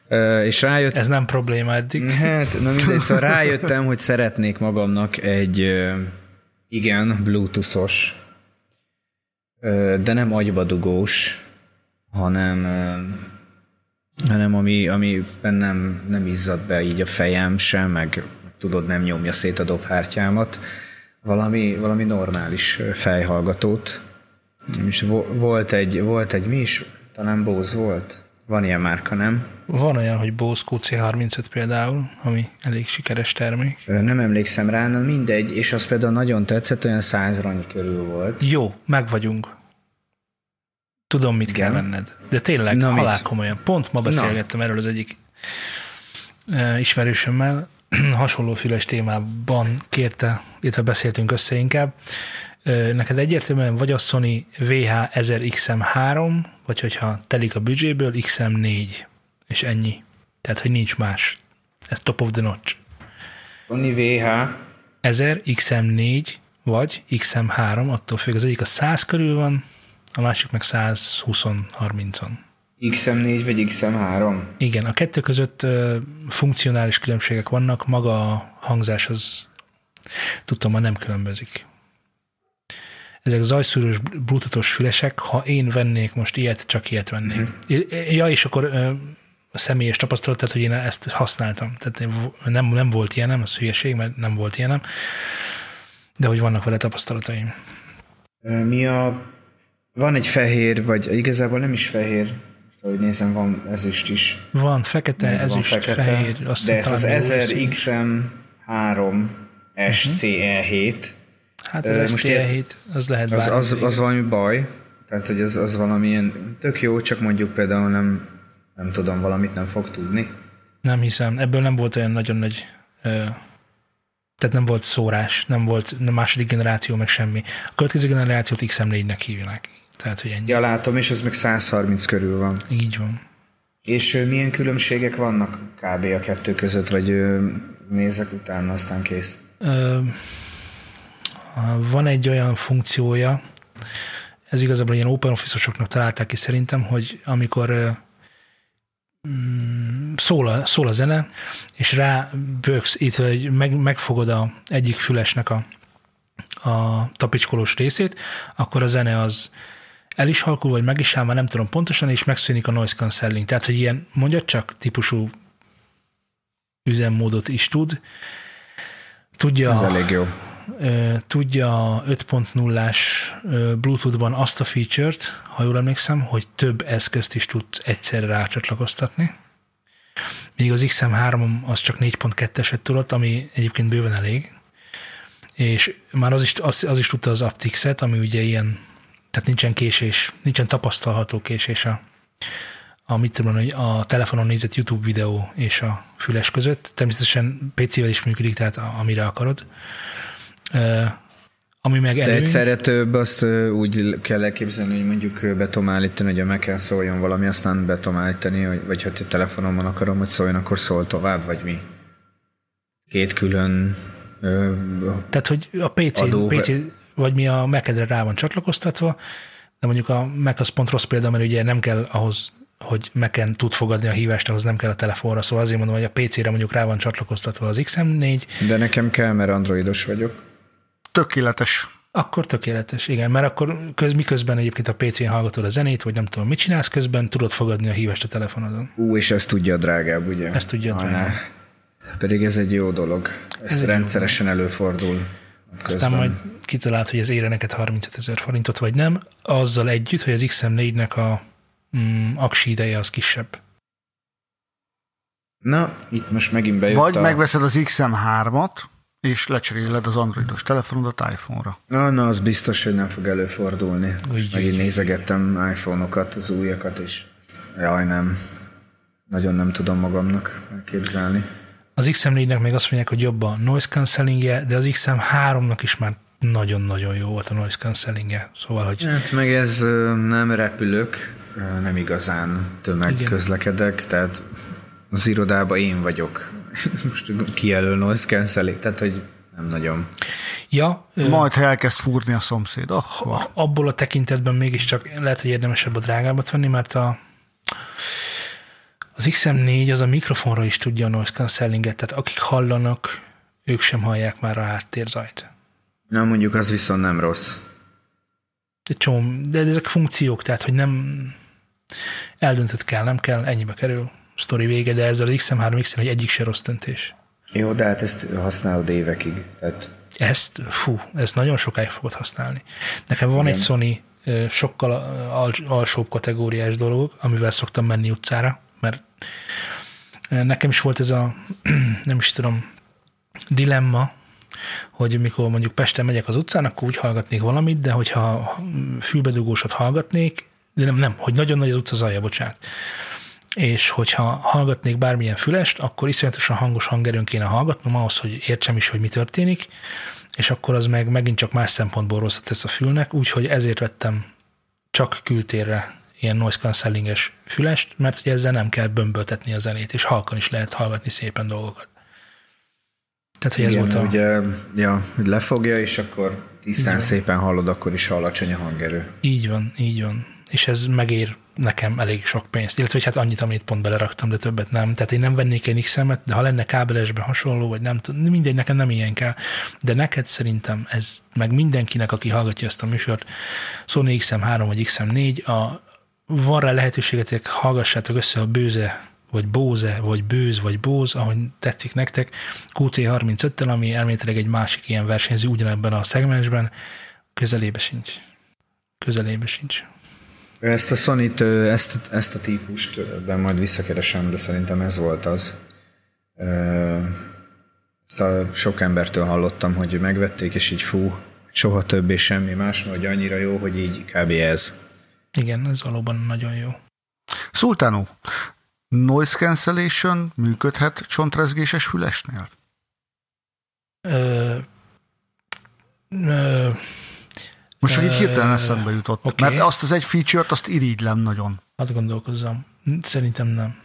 És rájöttem... Ez nem probléma eddig. Hát, na mindegy, szóval rájöttem, hogy szeretnék magamnak egy igen, bluetoothos, de nem agybadugós, hanem ami nem izzad be így a fejem sem, meg tudod, nem nyomja szét a dobhártyámat. Valami normális fejhallgatót. És volt egy, mi is? Talán Bose volt? Van ilyen márka, nem? Van olyan, hogy Bose QC35 például, ami elég sikeres termék. Nem emlékszem rá, mindegy, és az például nagyon tetszett, olyan 100 arany körül volt. Jó, meg vagyunk. Tudom, mit kell venned. De tényleg, halálkomolyan. Pont ma beszélgettem erről az egyik ismerősömmel, hasonló füles témában kérte, illetve beszéltünk össze inkább. Neked egyértelműen vagy a Sony VH1000XM3, vagy hogyha telik a büdzséből, XM4, és ennyi. Tehát, hogy nincs más. Ez top of the notch. Sony VH 1000, XM4, vagy XM3, attól függ. Az egyik a 100 körül van, a másik meg 120-30-on. XM4 vagy XM3? Igen, a kettő között funkcionális különbségek vannak, maga a hangzás az tudtam, már nem különbözik. Ezek zajszűrős bluetoothos fülesek, ha én vennék most ilyet, csak ilyet vennék. Ja, és akkor a személyes tapasztalat, tehát, hogy én ezt használtam. Tehát nem volt ilyenem, az hülyeség, mert nem volt ilyenem, de hogy vannak vele tapasztalataim. Van egy fehér, vagy igazából nem is fehér, most ahogy nézem, van ezüst is. Van fekete, ezüst, fehér. De ez az 1000 XM3 SCE7. Hát az SCE7, az lehet bármi. Az valami baj, tehát hogy az valamilyen tök jó, csak mondjuk például nem tudom, valamit nem fog tudni. Nem hiszem, ebből nem volt olyan nagyon nagy, tehát nem volt szórás, nem volt második generáció, meg semmi. A következő generációt XM4-nek hívják. Tehát, hogy ennyi. Ja, látom, és az meg 130 körül van. Így van. És milyen különbségek vannak kb. A kettő között, vagy nézek utána, aztán kész? Van egy olyan funkciója, ez igazából ilyen open office-osoknak találták ki szerintem, hogy amikor szól a zene, és ráböksz, itt megfogod egyik fülesnek a tapicskolós részét, akkor a zene az el is halkul, vagy meg is áll, már nem tudom pontosan, és megszűnik a noise cancelling. Tehát, hogy ilyen mondjad csak típusú üzemmódot is tud. Tudja, ez elég jó. Tudja 5.0-ás Bluetooth-ban azt a feature-t, ha jól emlékszem, hogy több eszközt is tud egyszerre rácsatlakoztatni. Míg az XM3 az csak 4.2-eset tudott, ami egyébként bőven elég. És már az is tudta az aptX-et, ami ugye ilyen, tehát nincsen késés, nincsen tapasztalható késés a telefonon nézett YouTube videó és a füles között. Természetesen PC-vel is működik, tehát amire akarod. Ami meg előny. De egyszerre több, azt úgy kell elképzelni, hogy mondjuk be tudom állítani, hogy a Mac-en szóljon valami, aztán be tudom állítani, vagy ha a telefonomon akarom, hogy szóljon, akkor szól tovább, vagy mi? Két külön tehát, hogy a PC vagy mi a Mac-edre rá van csatlakoztatva, de mondjuk a Mac az pont rossz példa, mert ugye nem kell ahhoz, hogy Mac-en tud fogadni a hívást, ahhoz nem kell a telefonra, szóval azért mondom, hogy a PC-re mondjuk rá van csatlakoztatva az XM4. De nekem kell, mert androidos vagyok. Tökéletes. Akkor tökéletes, igen, mert akkor miközben egyébként a PC-n hallgatod a zenét, vagy nem tudom, mit csinálsz közben, tudod fogadni a hívást a telefonodon. És ezt tudja a drágább, ugye? Ezt tudja a drágább. Pedig ez egy jó dolog. Ez rendszeresen előfordul. Aztán majd kitalált, hogy ez ére neked 35 000 forintot, vagy nem, azzal együtt, hogy az XM4-nek a aksi ideje az kisebb. Na, itt most megint bejött vagy megveszed az XM3-at, és lecseréled az androidos telefonodat iPhone-ra. Na, az biztos, hogy nem fog előfordulni. Most megint nézegettem iPhone-okat, az újakat, és jaj, nem. Nagyon nem tudom magamnak elképzelni. Az XM4-nek még azt mondják, hogy jobb a noise cancellingje, de az XM3-nak is már nagyon-nagyon jó volt a noise cancellingje. Szóval, hogy... Hát meg ez nem repülök, nem igazán tömegközlekedek, tehát az irodában én vagyok. Most kijelöl noise cancelling, tehát hogy nem nagyon. Ja, majd, ha elkezd fúrni a szomszéd, akkor... Abból a tekintetben mégiscsak lehet, hogy érdemesebb a drágábbat venni, mert Az XM4 az a mikrofonra is tudja a noise cancellinget, tehát akik hallanak, ők sem hallják már a háttérzajt. Na, mondjuk az viszont nem rossz. De ezek funkciók, tehát hogy nem eldöntött kell, nem kell, ennyibe kerül, sztori vége, de ezzel az XM3, XM4 egyik se rossz döntés. Jó, de hát ezt használod évekig. Tehát... Ezt nagyon sokáig fogod használni. Nekem van egy Sony sokkal alsóbb kategóriás dolog, amivel szoktam menni utcára, mert nekem is volt ez a, nem is tudom, dilemma, hogy mikor mondjuk Pesten megyek az utcán, akkor úgy hallgatnék valamit, de hogyha fülbedugósat hallgatnék, de nem, hogy nagyon nagy az utca zajja, bocsánat. És hogyha hallgatnék bármilyen fülest, akkor iszonyatosan hangos hangerőn kéne hallgatnom ahhoz, hogy értsem is, hogy mi történik, és akkor az megint csak más szempontból rosszat tesz a fülnek, úgyhogy ezért vettem csak kültérre ilyen noise cancellinges fülest, mert ugye ezzel nem kell bömböltetni a zenét, és halkan is lehet hallgatni szépen dolgokat. Tehát, hogy igen, ez volt ugye, hogy lefogja, és akkor tisztán szépen hallod, akkor is alacsony a hangerő. Így van. És ez megér nekem elég sok pénzt. Illetve, hogy hát annyit, amit pont beleraktam, de többet nem. Tehát én nem vennék egy XM-et, de ha lenne kábelesben hasonló, vagy nem tudom, mindegy, nekem nem ilyen kell. De neked szerintem ez, meg mindenkinek, aki hallgatja ezt a műsort, Sony XM3 vagy XM4, van rá lehetőségetek, hallgassátok össze a Böse, vagy Bose, vagy Böse, vagy Bose, ahogy tetszik nektek, QC35-tel, ami elméletileg egy másik ilyen versenyző ugyanebben a szegmensben, közelébe sincs. Ezt a Sony-t, ezt a típust, de majd visszakeresem, de szerintem ez volt az. Ezt a sok embertől hallottam, hogy megvették, és így soha többé semmi más, mert annyira jó, hogy így kb. Ez. Igen, ez valóban nagyon jó. Szultánó, noise cancellation működhet csontrezgéses fülesnél? Most csak így hirtelen eszembe jutott. Okay. Mert azt az egy feature-t, azt irigylem nagyon. Hát gondolkozzam. Szerintem nem.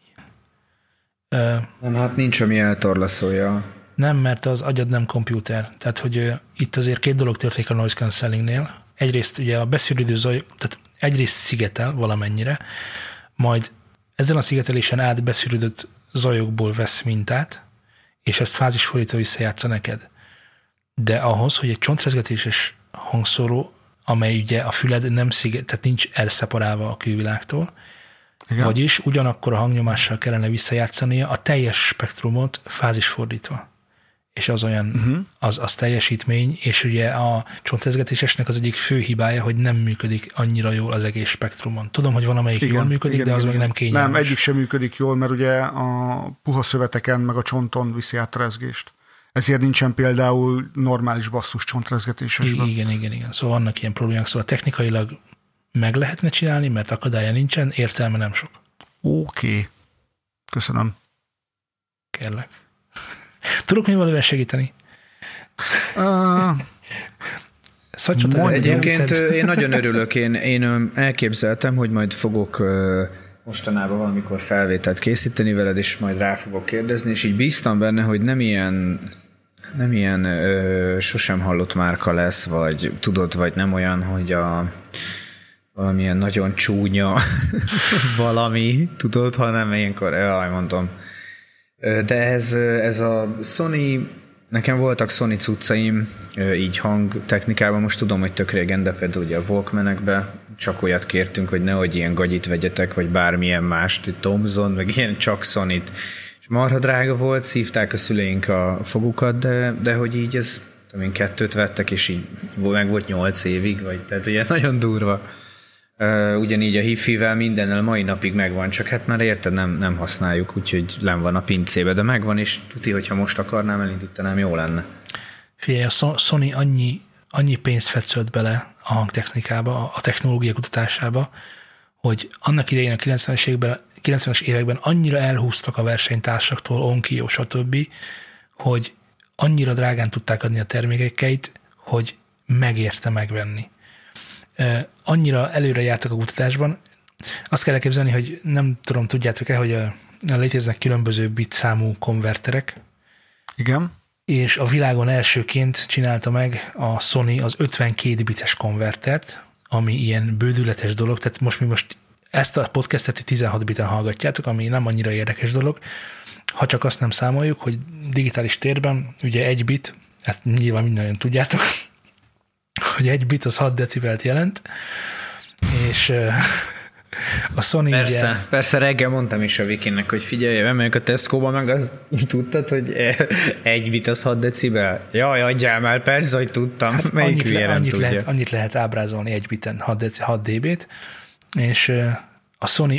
Nem, hát nincs, ami eltorlaszolja. Nem, mert az agyad nem komputer. Tehát, hogy itt azért két dolog történik a noise cancellingnél. Egyrészt ugye a beszűrődő zaj, tehát egyrészt szigetel valamennyire, majd ezen a szigetelésen át beszűrődött zajokból vesz mintát, és ezt fázisfordítva visszajátsza neked. De ahhoz, hogy egy csontrezgetéses hangszóró, amely ugye a füled nem tehát nincs elszeparálva a külvilágtól, igen. Vagyis ugyanakkor a hangnyomással kellene visszajátszania a teljes spektrumot fázisfordítva. És az olyan, az teljesítmény, és ugye a csontrezgetésesnek az egyik fő hibája, hogy nem működik annyira jól az egész spektrumon. Tudom, hogy van, amelyik jól működik, de az még nem kényelmes. Nem, egyik sem működik jól, mert ugye a puha szöveteken meg a csonton viszi át a rezgést. Ezért nincsen például normális basszus csontrezgetésesben. Igen. Szóval vannak ilyen problémák, szóval technikailag meg lehetne csinálni, mert akadálya nincsen, értelme nem sok. Oké. Köszönöm. Kérlek. Tudok még valamivel segíteni? Egyébként én nagyon örülök, én elképzeltem, hogy majd fogok mostanában valamikor felvételt készíteni veled, és majd rá fogok kérdezni, és így bíztam benne, hogy nem ilyen sosem hallott márka lesz, vagy tudod, vagy nem olyan, hogy valamilyen nagyon csúnya valami, tudod, hanem ilyenkor, mondom. De ez a Sony, nekem voltak Sony cuccaim, így hangtechnikában, most tudom, hogy tök régen, de például ugye a Walkman-ekbe csak olyat kértünk, hogy nehogy ilyen gagyit vegyetek, vagy bármilyen mást, Thomson, meg ilyen csak Sony-t. És marha drága volt, szívták a szüleink a fogukat, de hogy így ez, tudom én, 2 vettek, és így meg volt 8 évig, vagy tehát ugye nagyon durva. Ugyanígy a Hi-Fi-vel mindennel mai napig megvan, csak hát már érted, nem használjuk, úgyhogy len van a pincébe, de megvan, és tuti, hogyha most akarnám, elindítanám, jó lenne. Figyelj, a Sony annyi pénzt fetszott bele a hangtechnikába, a technológia kutatásába, hogy annak idején a 90-es években annyira elhúztak a versenytársaktól, Onkyo, stb., hogy annyira drágán tudták adni a termékeiket, hogy megérte megvenni. Annyira előre jártak a kutatásban. Azt kell elképzelni, hogy nem tudom, tudjátok-e, hogy léteznek különböző bit számú konverterek. Igen. És a világon elsőként csinálta meg a Sony az 52 bites konvertert, ami ilyen bődületes dolog, tehát most ezt a podcastet 16 biten hallgatjátok, ami nem annyira érdekes dolog, ha csak azt nem számoljuk, hogy digitális térben ugye 1 bit, hát nyilván mindannyian tudjátok, hogy 1 bit az 6 decibelt jelent, és a Sony Persze reggel mondtam is a Vikinek, hogy figyelj, bemegyek a Tesco-ba, meg azt tudtad, hogy 1 bit az 6 decibel? Jaj, adjál már, persze, hogy tudtam. Hát melyik hülye nem tudja. Annyit lehet ábrázolni 1 biten 6 dB-t, és a Sony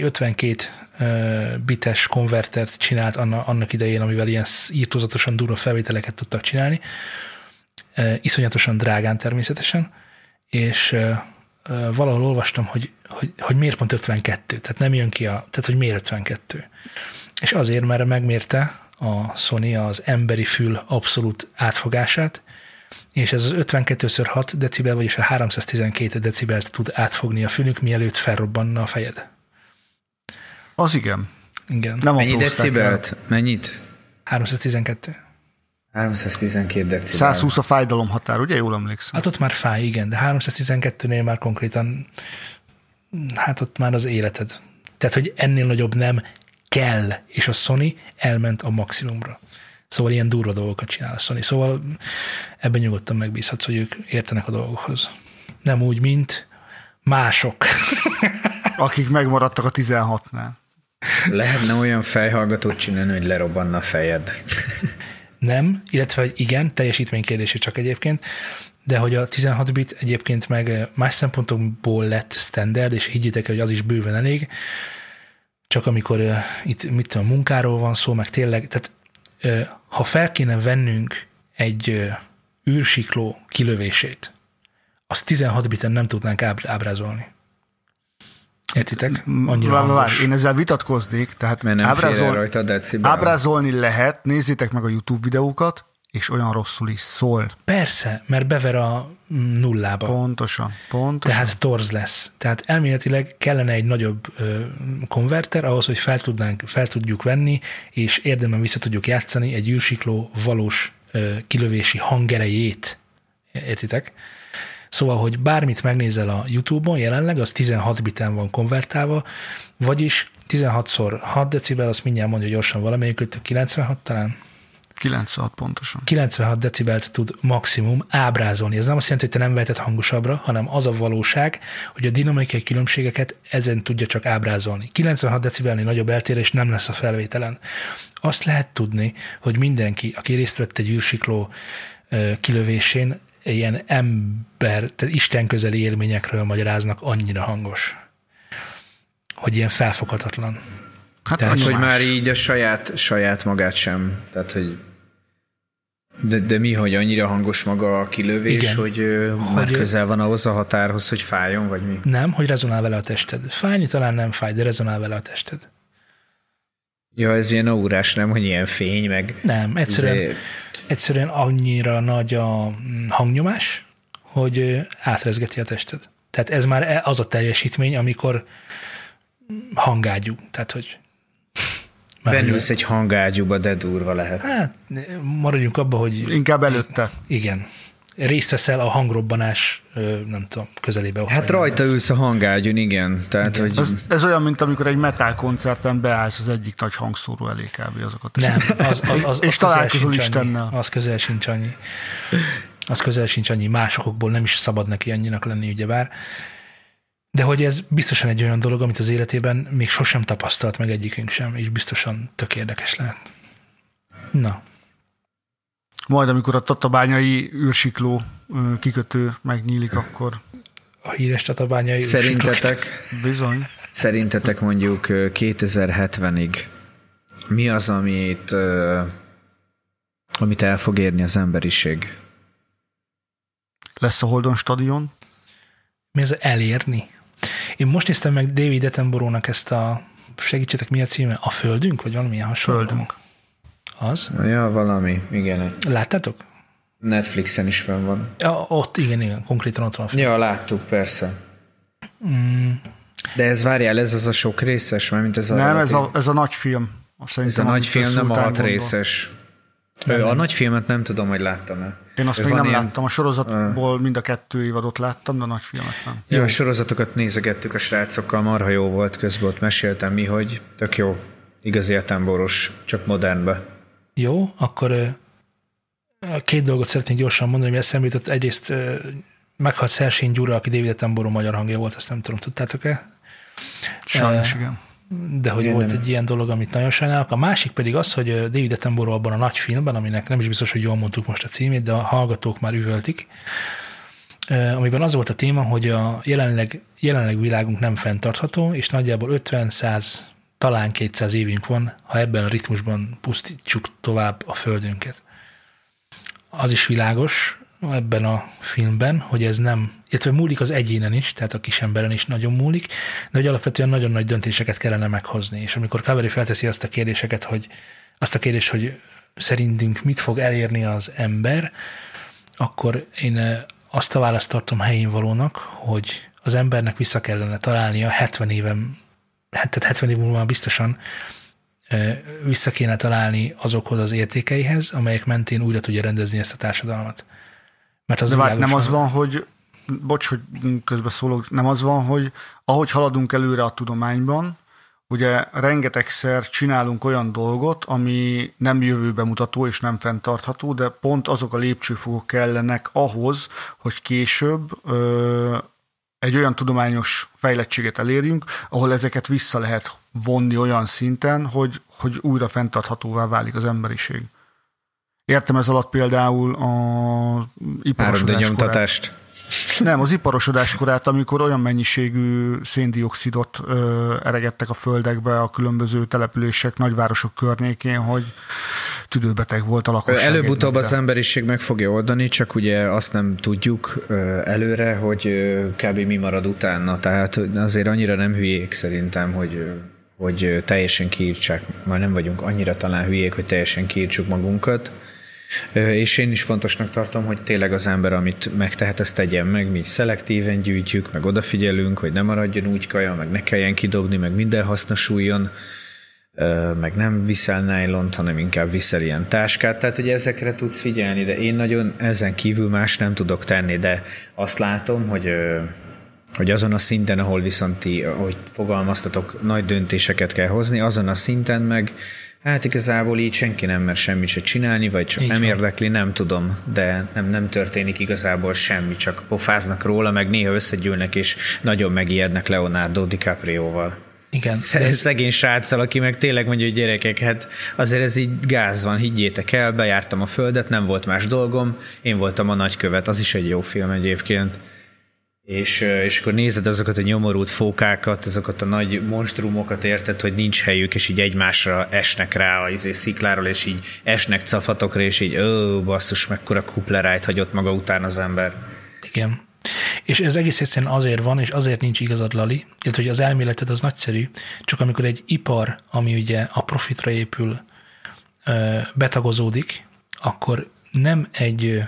52 bites konvertert csinált annak idején, amivel ilyen írtózatosan durva felvételeket tudtak csinálni, iszonyatosan drágán természetesen, és valahol olvastam, hogy miért pont 52, tehát nem jön ki tehát hogy miért 52. És azért, mert megmérte a Sony az emberi fül abszolút átfogását, és ez az 52x6 decibel, vagyis a 312 decibelt tud átfogni a fülünk, mielőtt felrobbanna a fejed. Az igen. Igen. Nem mennyi decibelt? Mennyit? 312. 312 decibel. 120 a fájdalom határ, ugye? Jól emlékszem. Hát ott már fáj, igen, de 312-nél már konkrétan, hát ott már az életed. Tehát, hogy ennél nagyobb nem kell, és a Sony elment a maximumra. Szóval ilyen durva dolgokat csinál a Sony. Szóval ebben nyugodtan megbízhatsz, hogy ők értenek a dolgokhoz. Nem úgy, mint mások. Akik megmaradtak a 16-nál. Lehetne olyan fejhallgatót csinálni, hogy lerobbanna a fejed. Nem, illetve hogy igen, teljesítménykérdése csak egyébként, de hogy a 16 bit egyébként meg más szempontokból lett standard, és higgyétek el, hogy az is bőven elég, csak amikor itt mit tudom, munkáról van szó, meg tényleg, tehát ha fel kéne vennünk egy űrsikló kilövését, azt 16 biten nem tudnánk ábrázolni. Értitek? Annyira hangos. Én ezzel vitatkoznék, tehát ábrázolni lehet, nézzétek meg a YouTube videókat, és olyan rosszul is szól. Persze, mert bever a nullába. Pontosan. Tehát torz lesz. Tehát elméletileg kellene egy nagyobb konverter ahhoz, hogy fel tudjuk venni, és érdemben vissza tudjuk játszani egy űrsikló valós kilövési hangerejét. Értitek? Szóval, hogy bármit megnézel a YouTube-on, jelenleg az 16 biten van konvertálva, vagyis 16x6 decibel, azt mindjárt mondja gyorsan valamelyik, 96 talán? 96 pontosan. 96 decibelt tud maximum ábrázolni. Ez nem azt jelenti, hogy te nem veheted hangosabbra, hanem az a valóság, hogy a dinamikai különbségeket ezen tudja csak ábrázolni. 96 decibelnél nagyobb eltérés nem lesz a felvételen. Azt lehet tudni, hogy mindenki, aki részt vett egy űrsikló kilövésén, ilyen tehát Isten közeli élményekről magyaráznak, annyira hangos, hogy ilyen felfoghatatlan. Hát tehát, hogy már így a saját magát sem, tehát, hogy de mi, hogy annyira hangos maga a kilövés, igen, hogy már közel van ahhoz a határhoz, hogy fájjon, vagy mi? Nem, hogy rezonál vele a tested. Fájni talán nem fáj, de rezonál vele a tested. Ja, ez ilyen aurás, nem, hogy ilyen fény, meg... Nem, egyszerűen annyira nagy a hangnyomás, hogy átrezgeti a tested. Tehát ez már az a teljesítmény, amikor hangágyú. Tehát, hogy... Bennülsz egy hangágyúba, de durva lehet. Hát, maradjunk abba, hogy... Inkább előtte. Igen. Részt veszel a hangrobbanás, nem tudom, közelébe. Hát rajta ülsz a hangágyún, igen. Tehát, igen. Hogy... Ez olyan, mint amikor egy metal koncerten beállsz az egyik nagy hangszóró elé kb. Azokat. Nem, és találkozol Istennel. Az közel sincs annyi. Az közel sincs annyi. Másokból nem is szabad neki annyinak lenni, ugyebár. De hogy ez biztosan egy olyan dolog, amit az életében még sosem tapasztalt meg egyikünk sem, és biztosan tök érdekes lehet. Na. Majd, amikor a tatabányai űrsikló kikötő megnyílik, akkor... A híres tatabányai Szerintetek, bizony. Szerintetek mondjuk 2070-ig mi az, amit el fog érni az emberiség? Lesz a Holdon stadion? Mi ez elérni? Én most néztem meg David Attenborough-nak ezt segítsetek, mi a címe? A Földünk? Vagy valamilyen hasonló? Földünk. Az? Ja, valami, igen. Láttátok? Netflixen is fenn van. Ja, ott, igen, konkrétan ott van. Ja, láttuk, persze. De ez, várjál, ez az a sok részes, mert mint ez a... Nem, ez a nagy film. Ez a nagy film nem a 6 részes. A nagy filmet nem tudom, hogy láttam-e. Én azt még nem láttam. A sorozatból mind a 2 évadot láttam, de a nagy filmet nem. Jó, a sorozatokat nézegettük a srácokkal, marha jó volt, közben ott meséltem mi, hogy tök jó, igazi Attenborough, csak modernbe. Jó, akkor 2 dolgot szeretnék gyorsan mondani, hogy eszembe jutott. Egyrészt meghalt Szersény Gyura, aki David Attenborough magyar hangja volt, ezt nem tudom, tudtátok-e? Sajnos, igen. De hogy volt egy ilyen dolog, amit nagyon sajnálok. A másik pedig az, hogy David Attenborough abban a nagy filmben, aminek nem is biztos, hogy jól mondtuk most a címét, de a hallgatók már üvöltik, amiben az volt a téma, hogy a jelenleg világunk nem fenntartható, és nagyjából 50-100, talán 200 évünk van, ha ebben a ritmusban pusztítsuk tovább a földünket. Az is világos ebben a filmben, hogy ez nem, illetve múlik az egyénen is, tehát a kisemberen is nagyon múlik, de hogy alapvetően nagyon nagy döntéseket kellene meghozni. És amikor Kaveri felteszi azt a kérdést, hogy szerintünk mit fog elérni az ember, akkor én azt a választ tartom helyén valónak, hogy az embernek vissza kellene találnia 70 év múlva biztosan vissza kéne találni azokhoz az értékeihez, amelyek mentén újra tudja rendezni ezt a társadalmat. Mert az de nem az van, hogy bocs, hogy közbeszólok, nem az van, hogy ahogy haladunk előre a tudományban, ugye rengetegszer csinálunk olyan dolgot, ami nem jövőbe mutató és nem fenntartható, de pont azok a lépcsőfokok kellenek ahhoz, hogy később egy olyan tudományos fejlettséget elérjünk, ahol ezeket vissza lehet vonni olyan szinten, hogy újra fenntarthatóvá válik az emberiség. Értem ez alatt például a iparosodás korát. Nem, az iparosodás korát, amikor olyan mennyiségű széndioxidot eregettek a földekbe a különböző települések, nagyvárosok környékén, hogy tüdőbeteg volt a lakosság. Előbb-utóbb az emberiség meg fogja oldani, csak ugye azt nem tudjuk előre, hogy kb. Mi marad utána. Tehát azért annyira nem hülyék szerintem, hogy teljesen kiírtsák. Már nem vagyunk annyira talán hülyék, hogy teljesen kiírtsuk magunkat. És én is fontosnak tartom, hogy tényleg az ember, amit megtehet, ezt tegyen meg, mi szelektíven gyűjtjük, meg odafigyelünk, hogy ne maradjon úgy kaja, meg ne kelljen kidobni, meg minden hasznosuljon, meg nem viszel nájlont, hanem inkább viszel ilyen táskát, tehát hogy ezekre tudsz figyelni, de én nagyon ezen kívül más nem tudok tenni, de azt látom, hogy azon a szinten, ahol viszont ti, ahogy fogalmaztatok, nagy döntéseket kell hozni, azon a szinten meg hát igazából így senki nem mer semmit se csinálni, vagy csak így nem van. Érdekli, nem tudom, de nem történik igazából semmi, csak pofáznak róla, meg néha összegyűlnek, és nagyon megijednek Leonardo DiCaprioval. Igen. Szegény sráccal, aki meg tényleg mondja, hogy gyerekek, hát azért ez így gáz van, higgyétek el, bejártam a földet, nem volt más dolgom, én voltam a nagykövet, az is egy jó film egyébként. És akkor nézed azokat a nyomorult fókákat, azokat a nagy monstrumokat, érted, hogy nincs helyük, és így egymásra esnek rá a szikláról, és így esnek cafatokra, és így basszus, mekkora kuplerájt hagyott maga után az ember. Igen. És ez egész egyszerűen azért van, és azért nincs igazad, Lali, illetve hogy az elméleted az nagyszerű, csak amikor egy ipar, ami ugye a profitra épül, betagozódik, akkor nem egy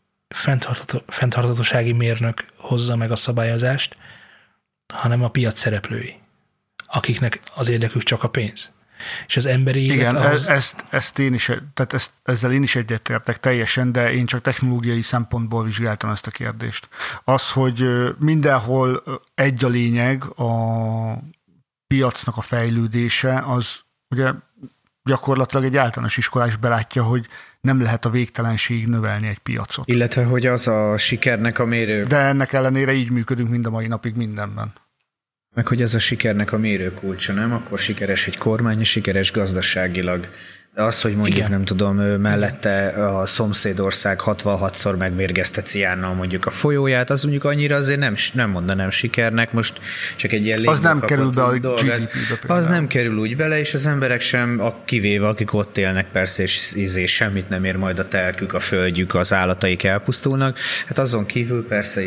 fenntarthatósági mérnök hozza meg a szabályozást, hanem a piac szereplői, akiknek az érdekük csak a pénz. És az emberi élet igen, az... ezt én is, tehát ezzel én is egyetértek teljesen, de én csak technológiai szempontból vizsgáltam ezt a kérdést. Az, hogy mindenhol egy a lényeg, a piacnak a fejlődése, az ugye gyakorlatilag egy általános iskolás belátja, hogy nem lehet a végtelenségig növelni egy piacot. Illetve, hogy az a sikernek a mérő... De ennek ellenére így működünk mind a mai napig mindenben. Meg hogy ez a sikernek a mérőkulcsa, nem? Akkor sikeres egy kormány, sikeres gazdaságilag. De az, hogy mondjuk, igen, nem tudom, mellette a szomszédország 66-szor megmérgezte ciánnal mondjuk a folyóját, az mondjuk annyira azért nem mondanám sikernek, most csak egy ilyen az nem kerül be a GDP-be. Az nem kerül úgy bele, és az emberek sem, kivéve akik ott élnek persze, és semmit nem ér majd a telkük, a földjük, az állataik elpusztulnak. Hát azon kívül persze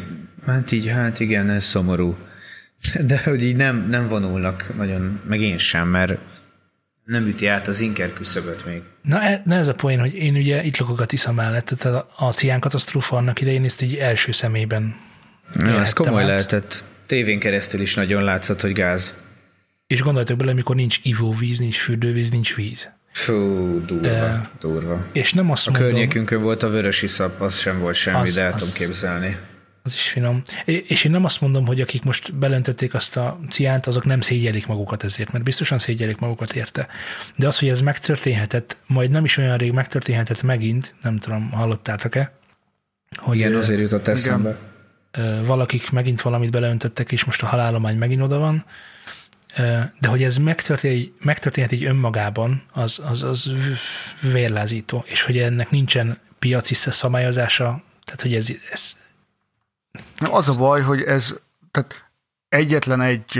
hát igen, ez szomorú. De hogy így nem vonulnak nagyon, meg én sem, mert nem üti át az inker küszöböt még. Na ez a poén, hogy én ugye itt lakok a Tisza mellett, tehát a cián katasztrófa annak idején ezt így első szemében ez komoly lehetett. Tévén keresztül is nagyon látszott, hogy gáz. És gondoljatok bele, amikor nincs ivóvíz, nincs fürdővíz, nincs víz. Fú, durva. És nem azt mondom... A környékünkön volt a vörös iszap, az sem volt semmi, de el tudom képzelni. Az is finom. És én nem azt mondom, hogy akik most belöntötték azt a ciánt, azok nem szégyelik magukat ezért, mert biztosan szégyelik magukat érte. De az, hogy ez megtörténhetett, majd nem is olyan rég megtörténhetett megint, nem tudom, hallottátok-e? Hogy igen, azért jutott eszembe. Valakik megint valamit beleöntöttek, és most a halállomány megint oda van. De hogy ez megtörténhet így önmagában, az vérlázító, és hogy ennek nincsen piaci szabályozása, tehát hogy ez az a baj, hogy ez tehát egyetlen egy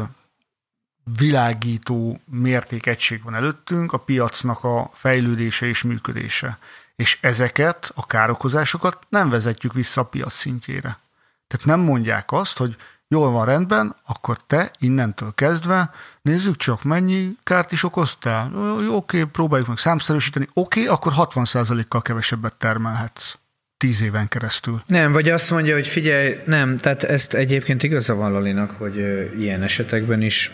világító mértékegység van előttünk, a piacnak a fejlődése és működése. És ezeket, a károkozásokat nem vezetjük vissza a piac szintjére. Tehát nem mondják azt, hogy jól van, rendben, akkor te innentől kezdve nézzük csak, mennyi kárt is okoztál. Oké, próbáljuk meg számszerűsíteni. Oké, akkor 60%-kal kevesebbet termelhetsz 10 éven keresztül. Nem, vagy azt mondja, hogy figyelj, nem, tehát ezt egyébként igaza van Lalinak, hogy ilyen esetekben is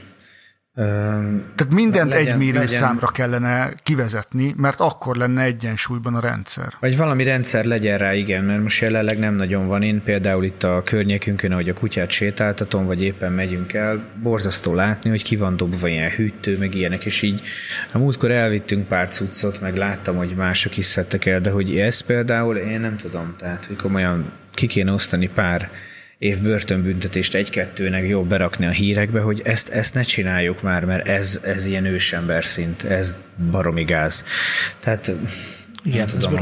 tehát mindent egy mérőszámra kellene kivezetni, mert akkor lenne egyensúlyban a rendszer. Vagy valami rendszer legyen rá, igen, mert most jelenleg nem nagyon van. Én például itt a környékünkön, ahogy a kutyát sétáltatom, vagy éppen megyünk el, borzasztó látni, hogy ki van dobva ilyen hűtő, meg ilyenek, és így a múltkor elvittünk pár cuccot, meg láttam, hogy mások is szedtek el, de hogy ez például én nem tudom, tehát hogy komolyan ki kéne osztani pár év börtönbüntetést egy-kettőnek jó berakni a hírekbe, hogy ezt ne csináljuk már, mert ez ilyen ősember szint, ez baromi gáz. Tehát igen, tudom,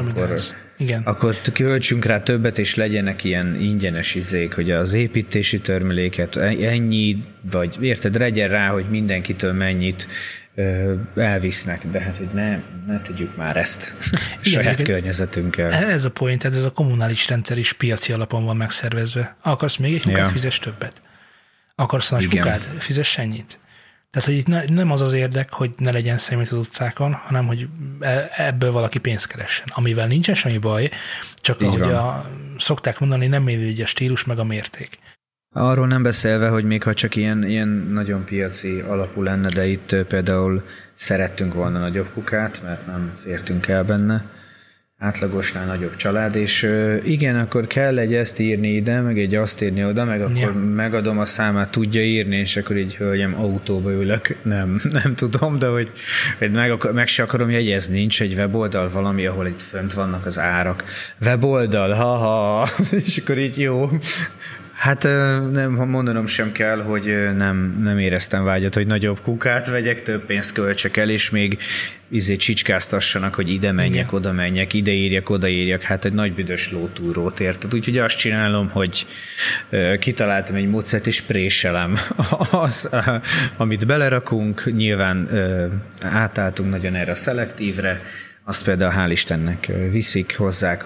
akkor költsünk rá többet, és legyenek ilyen ingyenes izék, hogy az építési törmeléket ennyi, vagy érted, legyen rá, hogy mindenkitől mennyit elvisznek, de hát, hogy ne tegyük már ezt saját környezetünkkel. Ez a point, ez a kommunális rendszer is piaci alapon van megszervezve. Akarsz még egy kukát, fizess többet. Akarsz nagy kukát, fizess ennyit. Tehát, hogy itt nem az érdek, hogy ne legyen szemét az utcákon, hanem, hogy ebből valaki pénzt keressen. Amivel nincsen semmi baj, csak így ahogy szokták mondani, nem mindegy a stílus meg a mérték. Arról nem beszélve, hogy még ha csak ilyen nagyon piaci alapú lenne, de itt például szerettünk volna nagyobb kukát, mert nem fértünk el benne, átlagosnál nagyobb család, és igen, akkor kell egy ezt írni ide, meg egy azt írni oda, meg akkor megadom a számát, tudja írni, és akkor így, hölgyem, autóba ülök. Nem tudom, de hogy meg se akarom jegyezni, nincs egy weboldal valami, ahol itt fönt vannak az árak. Weboldal, ha, és akkor így jó. Hát nem mondanom sem kell, hogy nem éreztem vágyat, hogy nagyobb kukát vegyek, több pénzt költsek el, és még csicskáztassanak, hogy ide menjek, oda menjek, ide írjak, oda írjak, hát egy nagy büdös lótúrót érted. Úgyhogy azt csinálom, hogy kitaláltam egy módszert, és préselem az, amit belerakunk, nyilván átálltunk nagyon erre a szelektívre, azt például hál' Istennek viszik, hozzák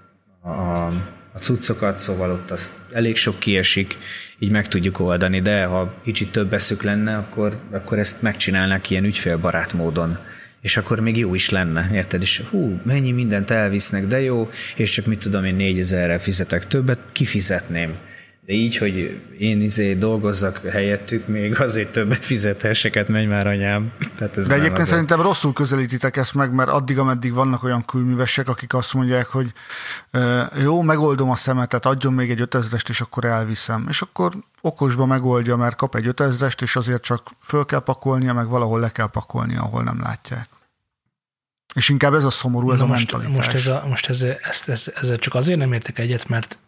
a cuccokat, szóval ott az elég sok kiesik, így meg tudjuk oldani, de ha kicsit több eszük lenne, akkor ezt megcsinálnák ilyen ügyfélbarát módon, és akkor még jó is lenne, érted? És mennyi mindent elvisznek, de jó, és csak mit tudom én 4000-rel fizetek többet, kifizetném. De így, hogy én dolgozzak helyettük, még azért többet fizethesseket, menj már anyám. Tehát ez de egyébként szerintem rosszul közelítitek ezt meg, mert addig, ameddig vannak olyan kőművesek, akik azt mondják, hogy jó, megoldom a szemetet, adjon még egy 5000-est, és akkor elviszem. És akkor okosba megoldja, mert kap egy 5000-est, és azért csak föl kell pakolnia, meg valahol le kell pakolnia, ahol nem látják. És inkább ez a szomorú, ez a mentalitás. Most ezzel csak azért nem értek egyet, mert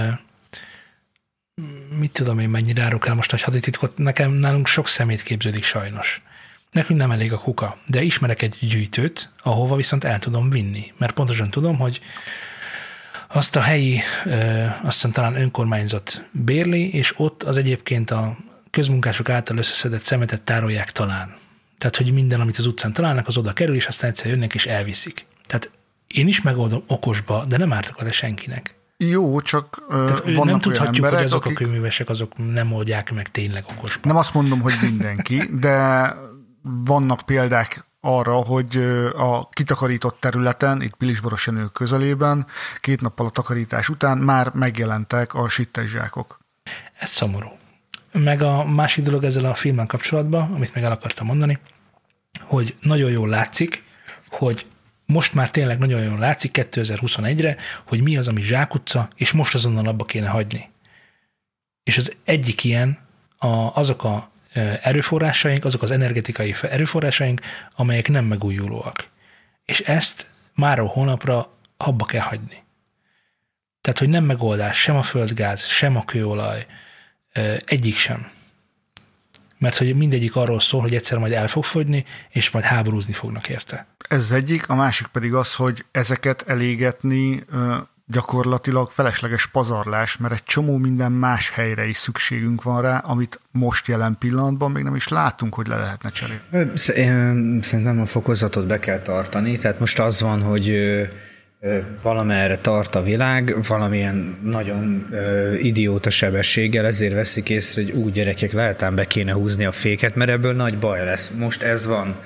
mit tudom én, mennyire árok el most nagy hadititkot, nálunk sok szemét képződik sajnos. Nekünk nem elég a kuka, de ismerek egy gyűjtőt, ahova viszont el tudom vinni, mert pontosan tudom, hogy azt a helyi, aztán talán önkormányzat bérli, és ott az egyébként a közmunkások által összeszedett szemetet tárolják talán. Tehát, hogy minden, amit az utcán találnak, az oda kerül, és aztán egyszer jönnek és elviszik. Tehát én is megoldom okosba, de nem ártok vele senkinek. Jó, csak vannak nem tudhatjuk, emberek, hogy azok a kőművesek, azok nem oldják meg tényleg okosban. Nem azt mondom, hogy mindenki, de vannak példák arra, hogy a kitakarított területen, itt Pilisboros Jenő közelében, 2 nappal a takarítás után már megjelentek a sittes zsákok. Ez szomorú. Meg a másik dolog ezzel a filmmel kapcsolatban, amit meg el akartam mondani, hogy nagyon jól látszik, hogy most már tényleg nagyon jól látszik 2021-re, hogy mi az, ami zsákutca, és most azonnal abba kéne hagyni. És az egyik ilyen azok a erőforrásaink, azok az energetikai erőforrásaink, amelyek nem megújulóak. És ezt máról hónapra abba kell hagyni. Tehát, hogy nem megoldás sem a földgáz, sem a kőolaj, egyik sem. Mert hogy mindegyik arról szól, hogy egyszer majd el fog fogyni, és majd háborúzni fognak érte. Ez az egyik, a másik pedig az, hogy ezeket elégetni gyakorlatilag felesleges pazarlás, mert egy csomó minden más helyre is szükségünk van rá, amit most jelen pillanatban még nem is látunk, hogy le lehetne cserélni. Szerintem a fokozatot be kell tartani, tehát most az van, hogy valamerre tart a világ, valamilyen nagyon idióta sebességgel, ezért veszik észre, hogy úgy gyerekek, lehet ám be kéne húzni a féket, mert ebből nagy baj lesz. Most ez van.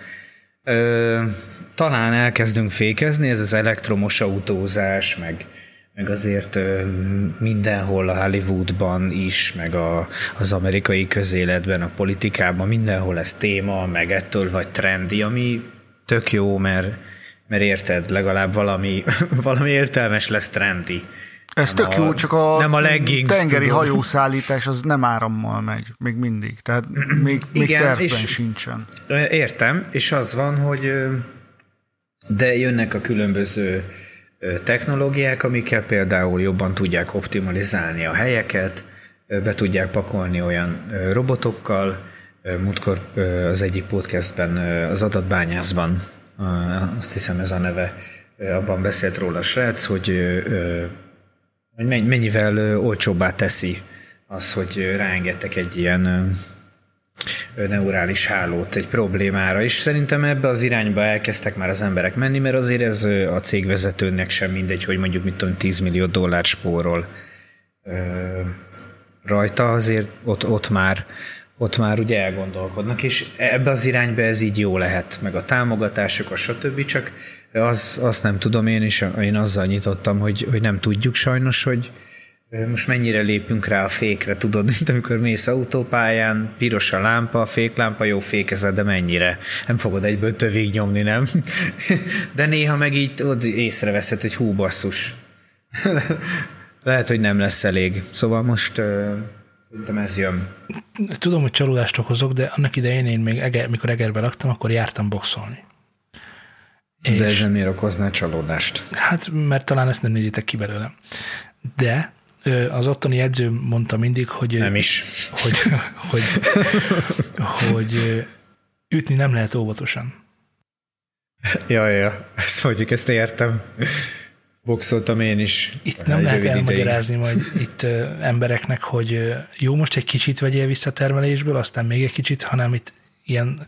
Talán elkezdünk fékezni, ez az elektromos autózás, meg azért mindenhol a Hollywoodban is, meg az amerikai közéletben, a politikában, mindenhol ez téma, meg ettől vagy trendi, ami tök jó, mert érted, legalább valami értelmes lesz trendi. Ez tök jó, csak nem a leggings, tengeri hajószállítás az nem árammal megy, még mindig. Tehát még igen, tervben sincsen. Értem, és az van, hogy de jönnek a különböző technológiák, amikkel például jobban tudják optimalizálni a helyeket, be tudják pakolni olyan robotokkal. Múltkor az egyik podcastben, az adatbányászban, azt hiszem ez a neve, abban beszélt róla a srác, hogy mennyivel olcsóbbá teszi az, hogy ráengedtek egy ilyen neurális hálót egy problémára, és szerintem ebbe az irányba elkezdtek már az emberek menni, mert azért ez a cégvezetőnek sem mindegy, hogy mondjuk mit tudom, $10 millió spórol rajta, azért ott már ugye elgondolkodnak, és ebbe az irányba ez így jó lehet, meg a támogatások, a stb. Csak azt nem tudom én azzal nyitottam, hogy nem tudjuk sajnos, hogy most mennyire lépünk rá a fékre, tudod, mint amikor mész autópályán, piros a lámpa, a féklámpa, jó fékezed, de mennyire? Nem fogod egyből tövig nyomni, nem? De néha meg így észreveszed, hogy hú, basszus. Lehet, hogy nem lesz elég. Szóval most szerintem ez jön. Tudom, hogy csalódást okozok, de annak idején én még mikor Egerben laktam, akkor jártam boxolni. De ez nem miért okozná csalódást? Hát, mert talán ezt nem nézitek ki belőle. De az ottani edző mondta mindig, hogy... Nem is. Hogy ütni nem lehet óvatosan. Ja, ezt értem. Boxoltam én is. Itt nem lehet elmagyarázni majd itt embereknek, hogy jó, most egy kicsit vegyél vissza termelésből, aztán még egy kicsit, hanem itt ilyen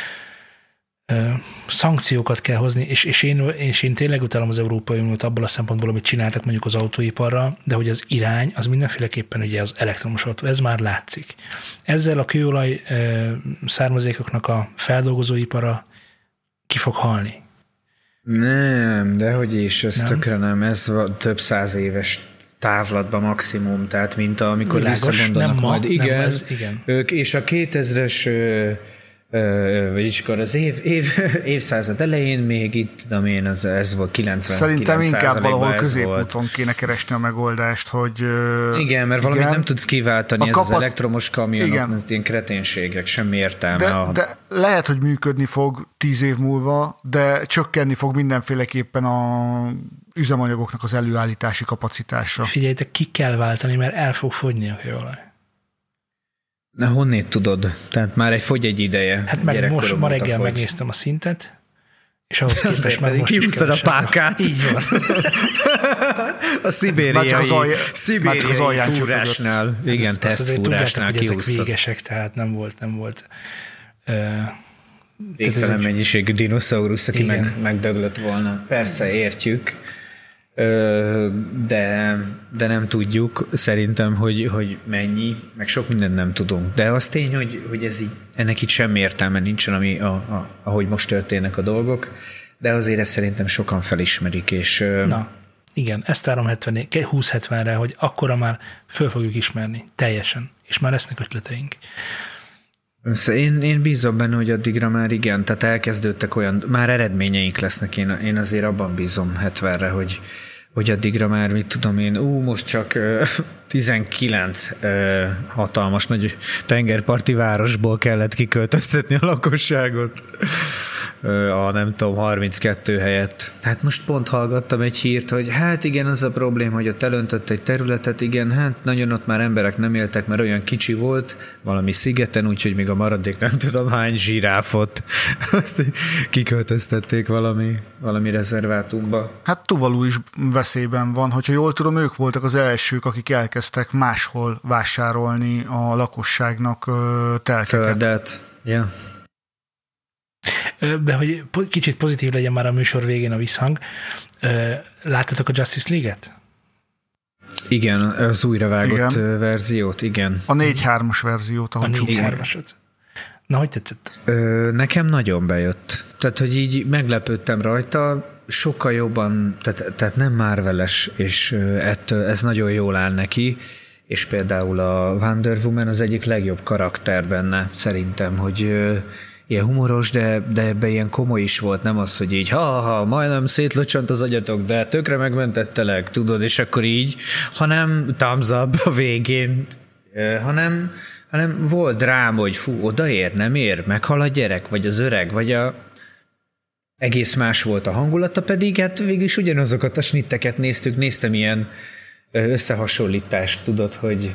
szankciókat kell hozni, és én tényleg utálom az Európai Uniót abból a szempontból, amit csináltak mondjuk az autóiparra, de hogy az irány, az mindenféleképpen ugye az elektromos autó, ez már látszik. Ezzel a kőolaj származékoknak a feldolgozóipara ki fog halni. Nem, dehogy is, ez tökre nem, ez több 100 éves távlatban maximum, tehát mint amikor visszagondolnak majd. Igen, ők és a 2000-es vagyis akkor az évszázad elején még itt, tudom én, ez volt 90. Szerintem inkább valahol középúton kéne keresni a megoldást, hogy... Igen, mert valamit nem tudsz kiváltani, ez az elektromos kamionok, ez ilyen kreténségek, semmi értelme. De lehet, hogy működni fog 10 év múlva, de csökkenni fog mindenféleképpen a üzemanyagoknak az előállítási kapacitása. Figyeljetek, ki kell váltani, mert el fog fogyni a kőolaj. Na, honnét tudod? Tehát már fogy egy ideje. Hát meg most ma reggel megnéztem a szintet, és ahhoz képest már most is a pákát. Így van. A szibériai fúrásnál. Igen, tesztfúrásnál kihúztad. Ezek végesek, tehát nem volt. Végtelen mennyiségű dinoszaurusz, aki megdöglött volna. Persze, értjük. De nem tudjuk szerintem, hogy mennyi, meg sok mindent nem tudunk. De az tény, hogy ez így, ennek itt semmi értelme nincsen, ahogy most történnek a dolgok, de azért ezt szerintem sokan felismerik. És, na, igen, ezt várom 20-70-re, hogy akkora már föl fogjuk ismerni, teljesen, és már lesznek ötleteink. Én bízom benne, hogy addigra már igen, tehát elkezdődtek olyan, már eredményeink lesznek, én azért abban bízom 70-re, hogy addigra már, mit tudom én, most csak 19 hatalmas nagy tengerparti városból kellett kiköltöztetni a lakosságot, a nem tudom, 32 helyett. Hát most pont hallgattam egy hírt, hogy hát igen, az a probléma, hogy ott elöntött egy területet, igen, hát nagyon ott már emberek nem éltek, mert olyan kicsi volt valami szigeten, úgyhogy még a maradék nem tudom hány zsiráfot azt kiköltöztették valami rezervátumba. Hát Tuvalu is veszélyben van, hogyha jól tudom, ők voltak az elsők, akik elkezdtek máshol vásárolni a lakosságnak telkeket. Földet, ja. De hogy kicsit pozitív legyen már a műsor végén a visszhang, láttatok a Justice League-et? Igen, az újravágott verziót, igen. A 4-3-as verziót, ahogy a 4-3-asot. Na, hogy tetszett? Nekem nagyon bejött. Tehát, hogy így meglepődtem rajta, sokkal jobban, tehát nem Marvel-es, és ez nagyon jól áll neki, és például a Wonder Woman az egyik legjobb karakter benne, szerintem, hogy ilyen humoros, de ebben ilyen komoly is volt, nem az, hogy így majdnem szétlocsant az agyatok, de tökre megmentettelek, tudod, és akkor így, hanem thumbs up a végén, hanem volt dráma, hogy odaér, nem ér, meghal a gyerek, vagy az öreg, vagy egész más volt a hangulata, pedig hát végül is ugyanazokat a snitteket néztem ilyen összehasonlítást, tudod, hogy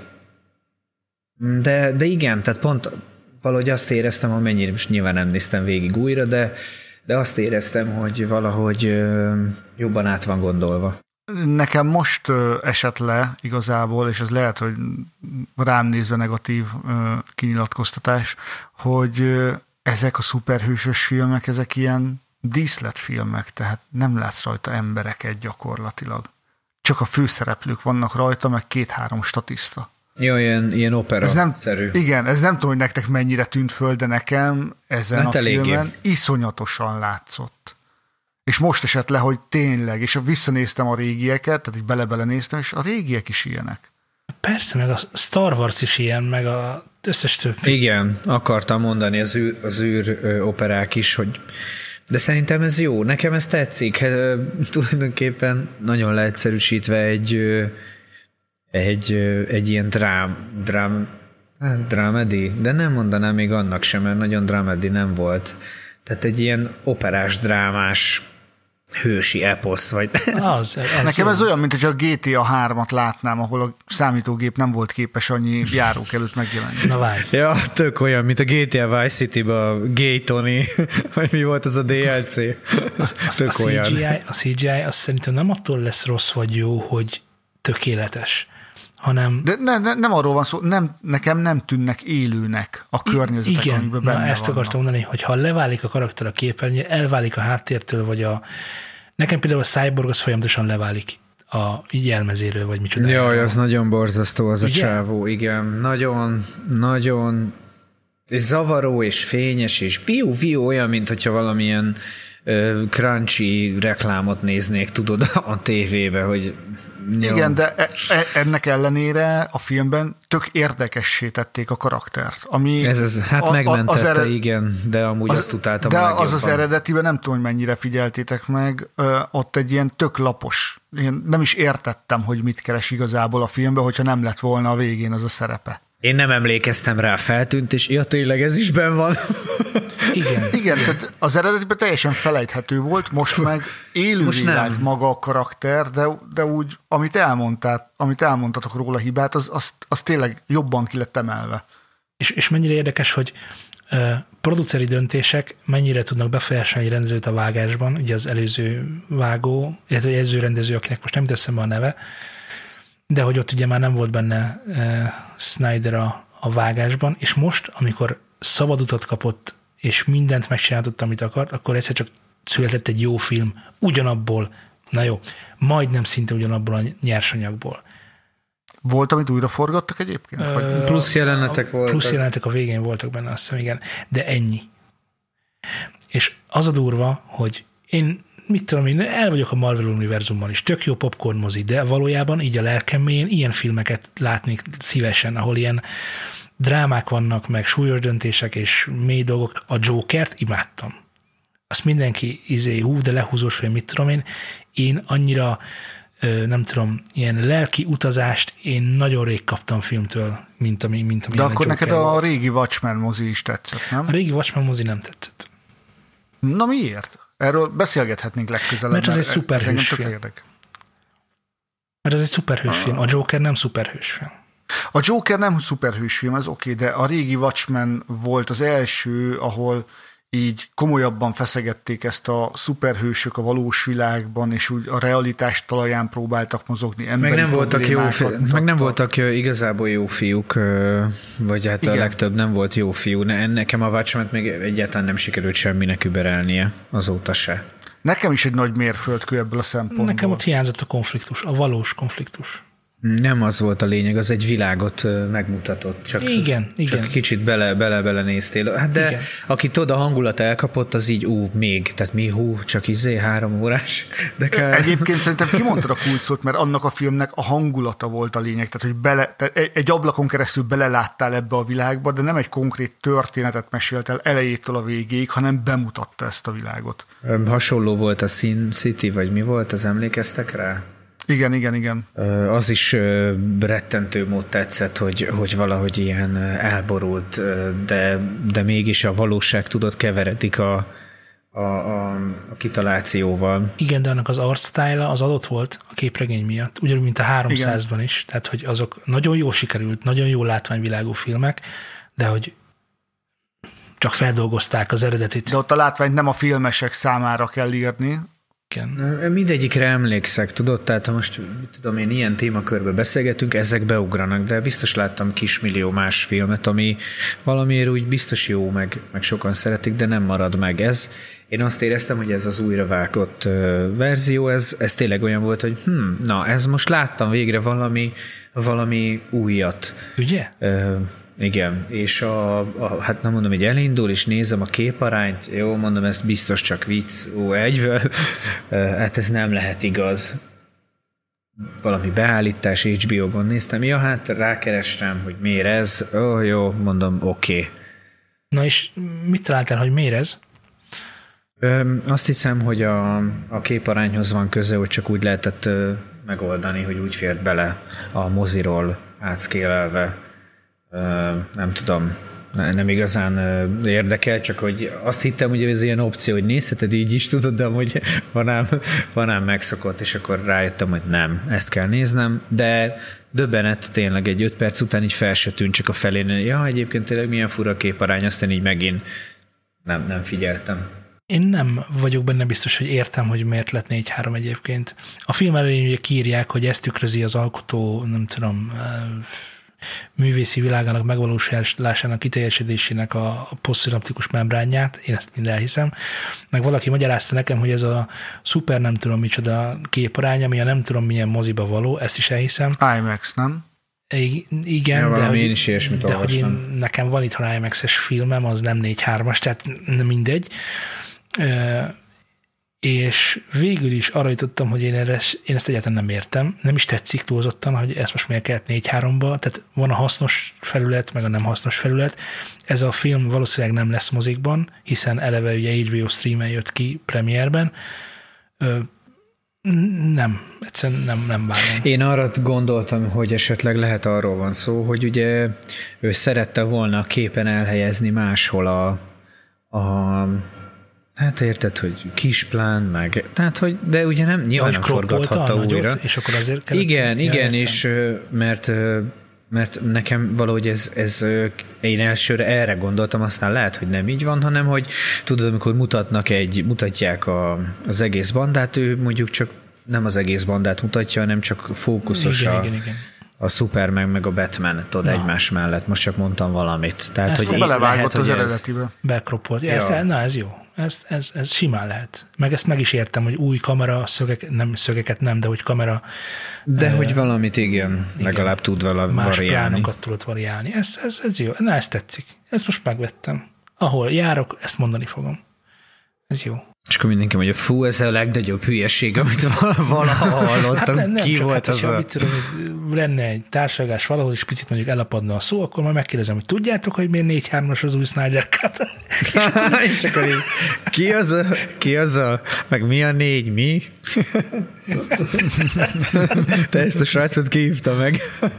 de igen, tehát pont valahogy azt éreztem, amennyire most nyilván nem néztem végig újra, de azt éreztem, hogy valahogy jobban át van gondolva. Nekem most esett le igazából, és ez lehet, hogy rám nézve negatív kinyilatkoztatás, hogy ezek a szuperhősös filmek, ezek ilyen díszletfilmek, tehát nem látsz rajta embereket gyakorlatilag. Csak a főszereplők vannak rajta, meg 2-3 statiszta. Jó, ilyen opera-szerű. Igen, ez nem tudom, hogy nektek mennyire tűnt föl, de nekem ezen a filmen iszonyatosan látszott. És most esett le, hogy tényleg, és visszanéztem a régieket, tehát így bele-bele néztem, és a régiek is ilyenek. Persze, meg a Star Wars is ilyen, meg az összes többi. Igen, akartam mondani az űr operák is, hogy de szerintem ez jó, nekem ez tetszik. Tulajdonképpen nagyon leegyszerűsítve egy ilyen drámedi, de nem mondanám még annak sem, mert nagyon drámedi nem volt. Tehát egy ilyen operás, drámás, hősi eposz, vagy... Nekem ez olyan, mint hogy a GTA 3-at látnám, ahol a számítógép nem volt képes annyi járók előtt megjelenni. Na várj. Ja, tök olyan, mint a GTA Vice City-ben a Gay Tony, vagy mi volt az a DLC. Tök olyan. A CGI az szerintem nem attól lesz rossz vagy jó, hogy tökéletes, hanem... De nem arról van szó, nekem nem tűnnek élőnek a környezetek, igen, amiben benne ezt akartam mondani, hogy ha leválik a karakter a képernyő, elválik a háttértől, vagy nekem például a Cyborg az folyamatosan leválik a jelmezéről, vagy micsoda. Jaj, az nagyon borzasztó az ugye? A csávó, igen. Nagyon és zavaró, és fényes, és fiú olyan, mint hogyha valamilyen crunchy reklámot néznék, tudod, a tévébe, hogy... Jó. Igen, de ennek ellenére a filmben tök érdekessé tették a karaktert. Ami hát megmentette, igen, de amúgy azt utáltam de legjobban. Az eredetiben nem tudom, hogy mennyire figyeltétek meg, ott egy ilyen tök lapos, én nem is értettem, hogy mit keres igazából a filmben, hogyha nem lett volna a végén az a szerepe. Én nem emlékeztem rá, feltűnt, és tényleg ez is benn van. Igen, tehát az eredetiben teljesen felejthető volt, most meg élővé vált maga a karakter, de úgy, amit elmondtatok róla hibát, az tényleg jobban ki lett emelve. És mennyire érdekes, hogy produceri döntések mennyire tudnak befolyásolni egy rendezőt a vágásban, ugye az előző vágó, illetve egy előző rendező, akinek most nem teszem a neve, de hogy ott ugye már nem volt benne Snyder a vágásban, és most, amikor szabad utat kapott, és mindent megcsináltott, amit akart, akkor egyszer csak született egy jó film ugyanabból, na jó, majdnem szinte ugyanabból a nyersanyagból. Volt, amit újra forgattak egyébként? Plusz jelenetek voltak. Plusz jelenetek a végén voltak benne, azt hiszem, igen. De ennyi. És az a durva, hogy én el vagyok a Marvel univerzumban is, tök jó popcorn mozi, de valójában így a lelkem mélyén ilyen filmeket látnék szívesen, ahol ilyen drámák vannak, meg súlyos döntések és mély dolgok. A Jokert imádtam. Azt mindenki de lehúzós, vagy mit tudom én annyira nem tudom, ilyen lelki utazást én nagyon rég kaptam filmtől, mint ami de akkor neked volt. A régi Watchmen mozi is tetszett, nem? A régi Watchmen mozi nem tetszett. Na miért? Erről beszélgethetnénk legközelebb. Mert az egy szuperhős film. Mert az egy szuperhős film. A Joker nem szuperhős film. A Joker nem szuperhős film, ez oké, de a régi Watchmen volt az első, ahol így komolyabban feszegették ezt a szuperhősök a valós világban, és úgy a realitás talaján próbáltak mozogni. Meg nem voltak igazából jó fiúk, vagy hát igen. A legtöbb nem volt jó fiú. Nekem a Watchmen-t még egyáltalán nem sikerült semminek überelnie, azóta se. Nekem is egy nagy mérföldkő ebből a szempontból. Nekem ott hiányzott a konfliktus, a valós konfliktus. Nem az volt a lényeg, az egy világot megmutatott. Csak kicsit bele néztél. Hát de igen. Akit oda hangulat elkapott, az így még, tehát csak 3 órás. De Egyébként szerintem kimondtad a kulcsot, mert annak a filmnek a hangulata volt a lényeg, tehát hogy egy ablakon keresztül beleláttál ebbe a világba, de nem egy konkrét történetet mesélt el elejétől a végéig, hanem bemutatta ezt a világot. Hasonló volt a Sin City, vagy mi volt, az emlékeztek rá? Igen. Az is rettentő mód tetszett, hogy valahogy ilyen elborult, de mégis a valóság keveredik a kitalációval. Igen, de annak az artstyle az adott volt a képregény miatt, ugyanúgy, mint a 300-ban is. Tehát, hogy azok nagyon jól sikerült, nagyon jó látványvilágú filmek, de hogy csak feldolgozták az eredetit. De ott a látványt nem a filmesek számára kell írni. Igen. Mindegyikre emlékszek, tudod? Tehát ha most tudom én ilyen témakörbe beszélgetünk, ezek beugranak, de biztos láttam kismillió más filmet, ami valamiért úgy biztos jó, meg sokan szeretik, de nem marad meg ez. Én azt éreztem, hogy ez az újravágott verzió, ez tényleg olyan volt, hogy ez most láttam végre valami újat. Ugye? Igen, és hát nem mondom, hogy elindul, és nézem a képarányt, jó, mondom, ez biztos csak vicc, egyből, hát ez nem lehet igaz. Valami beállítás, HBO-gon néztem, hát rákerestem, hogy miért ez, jó, mondom, oké. Na és mit találtál, hogy miért ez? Azt hiszem, hogy a képarányhoz van köze, hogy csak úgy lehetett megoldani, hogy úgy fért bele a moziról átszkélelve. Nem tudom, nem igazán érdekel, csak hogy azt hittem, hogy ez ilyen opció, hogy nézheted így is, tudod, de amúgy van ám megszokott, és akkor rájöttem, hogy nem, ezt kell néznem, de döbbenet tényleg egy 5 perc után így fel se tűnt, csak a felén, egyébként tényleg milyen fura képarány, aztán így megint nem figyeltem. Én nem vagyok benne biztos, hogy értem, hogy miért lett 4-3 egyébként. A film elején ugye kiírják, hogy ezt tükrözi az alkotó, nem tudom, művészi világának megvalósulásának, kiteljesedésének a posztszinaptikus membránját, én ezt mind elhiszem, meg valaki magyarázta nekem, hogy ez a szuper nem tudom micsoda képarány, ami a nem tudom milyen moziba való, ezt is elhiszem. IMAX, nem? Igen, ja, de hogy nekem van itthon IMAX-es filmem, az nem 4-3-as, tehát nem mindegy. És végül is arra jutottam, hogy én ezt egyáltalán nem értem, nem is tetszik túlzottan, hogy ezt most miért kellett 4-3-ba, tehát van a hasznos felület, meg a nem hasznos felület. Ez a film valószínűleg nem lesz mozikban, hiszen eleve ugye HBO streamen jött ki premierben. Egyszerűen nem várom. Én arra gondoltam, hogy esetleg lehet arról van szó, hogy ugye ő szerette volna a képen elhelyezni máshol hát érted, hogy kisplán, meg, tehát, hogy, de ugye nyilván nem forgathatta újra. Nagyot, és akkor azért kellett... Igen, és mert nekem valahogy ez én elsőre erre gondoltam, aztán lehet, hogy nem így van, hanem, hogy tudod, amikor mutatják az egész bandát, ő mondjuk csak nem az egész bandát mutatja, hanem csak fókuszos igen. a Superman meg a Batman, tudod, egymás mellett. Most csak mondtam valamit. Tehát, ezt hogy belevágott az eredetibe. Bekropolt. Ez jó. Ez simán lehet. Meg ezt meg is értem, hogy új kamera, szögeket nem, de hogy kamera... De hogy valamit igen, legalább tud vele más variálni. Más plánokat tudod variálni. Ez jó. Na, ezt tetszik. Ezt most megvettem. Ahol járok, ezt mondani fogom. Ez jó. És akkor mindenki mondja, fú, ez a legnagyobb hülyeség, amit valaha hallottam. Hát nem ki csak, volt hát, az a... tudom, lenne egy társadalás valahol, és picit mondjuk elapadna a szó, akkor majd megkérdezem, hogy tudjátok, hogy miért 4-3-as az új Snyder Cut? És akkor így, ki az a, meg mi a 4, mi? Te ezt a srácot kihívta meg.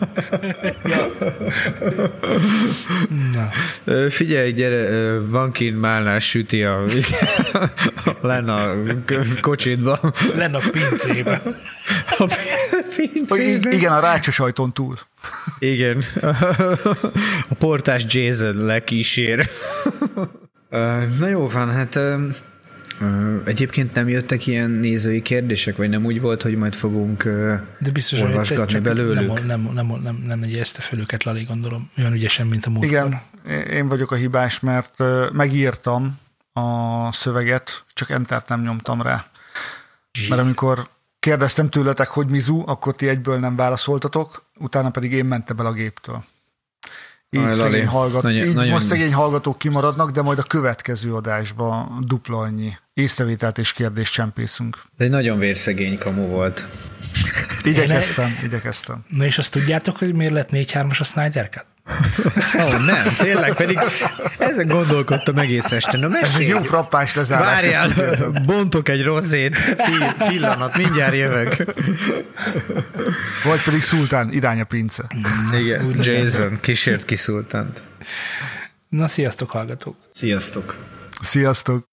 Na. Figyelj, gyere, van kint Málnás süti lenne a kocsidban. Lenne a pincében. A pincében. Igen, a rácsos ajtón túl. Igen. A portás Jason lekísér. Na jó van, hát egyébként nem jöttek ilyen nézői kérdések, vagy nem úgy volt, hogy majd fogunk de biztos, olvasgatni belőlük? Nem jegyezte fel őket, Lali, gondolom. Olyan ügyesen, mint a múltkor. Igen, én vagyok a hibás, mert megírtam a szöveget, csak entert nem nyomtam rá. Mert amikor kérdeztem tőletek, hogy mizu, akkor ti egyből nem válaszoltatok, utána pedig én mentem el a géptől. Így, most szegény hallgatók kimaradnak, de majd a következő adásban dupla annyi észrevételt és kérdést csempészünk. Ez egy nagyon vérszegény kamu volt. Igyekeztem. Na és azt tudjátok, hogy miért lett 4-3-as a Snyder Cut? Nem, tényleg, pedig ezen gondolkodtam egész este. Na, ez egy jó frappás lezárás. Várjál, bontok egy rozét, pillanat, mindjárt jövök. Vagy pedig Szultán, irány a pince. Igen, Jason kísért ki Szultánt. Na, sziasztok, hallgatók! Sziasztok! Sziasztok!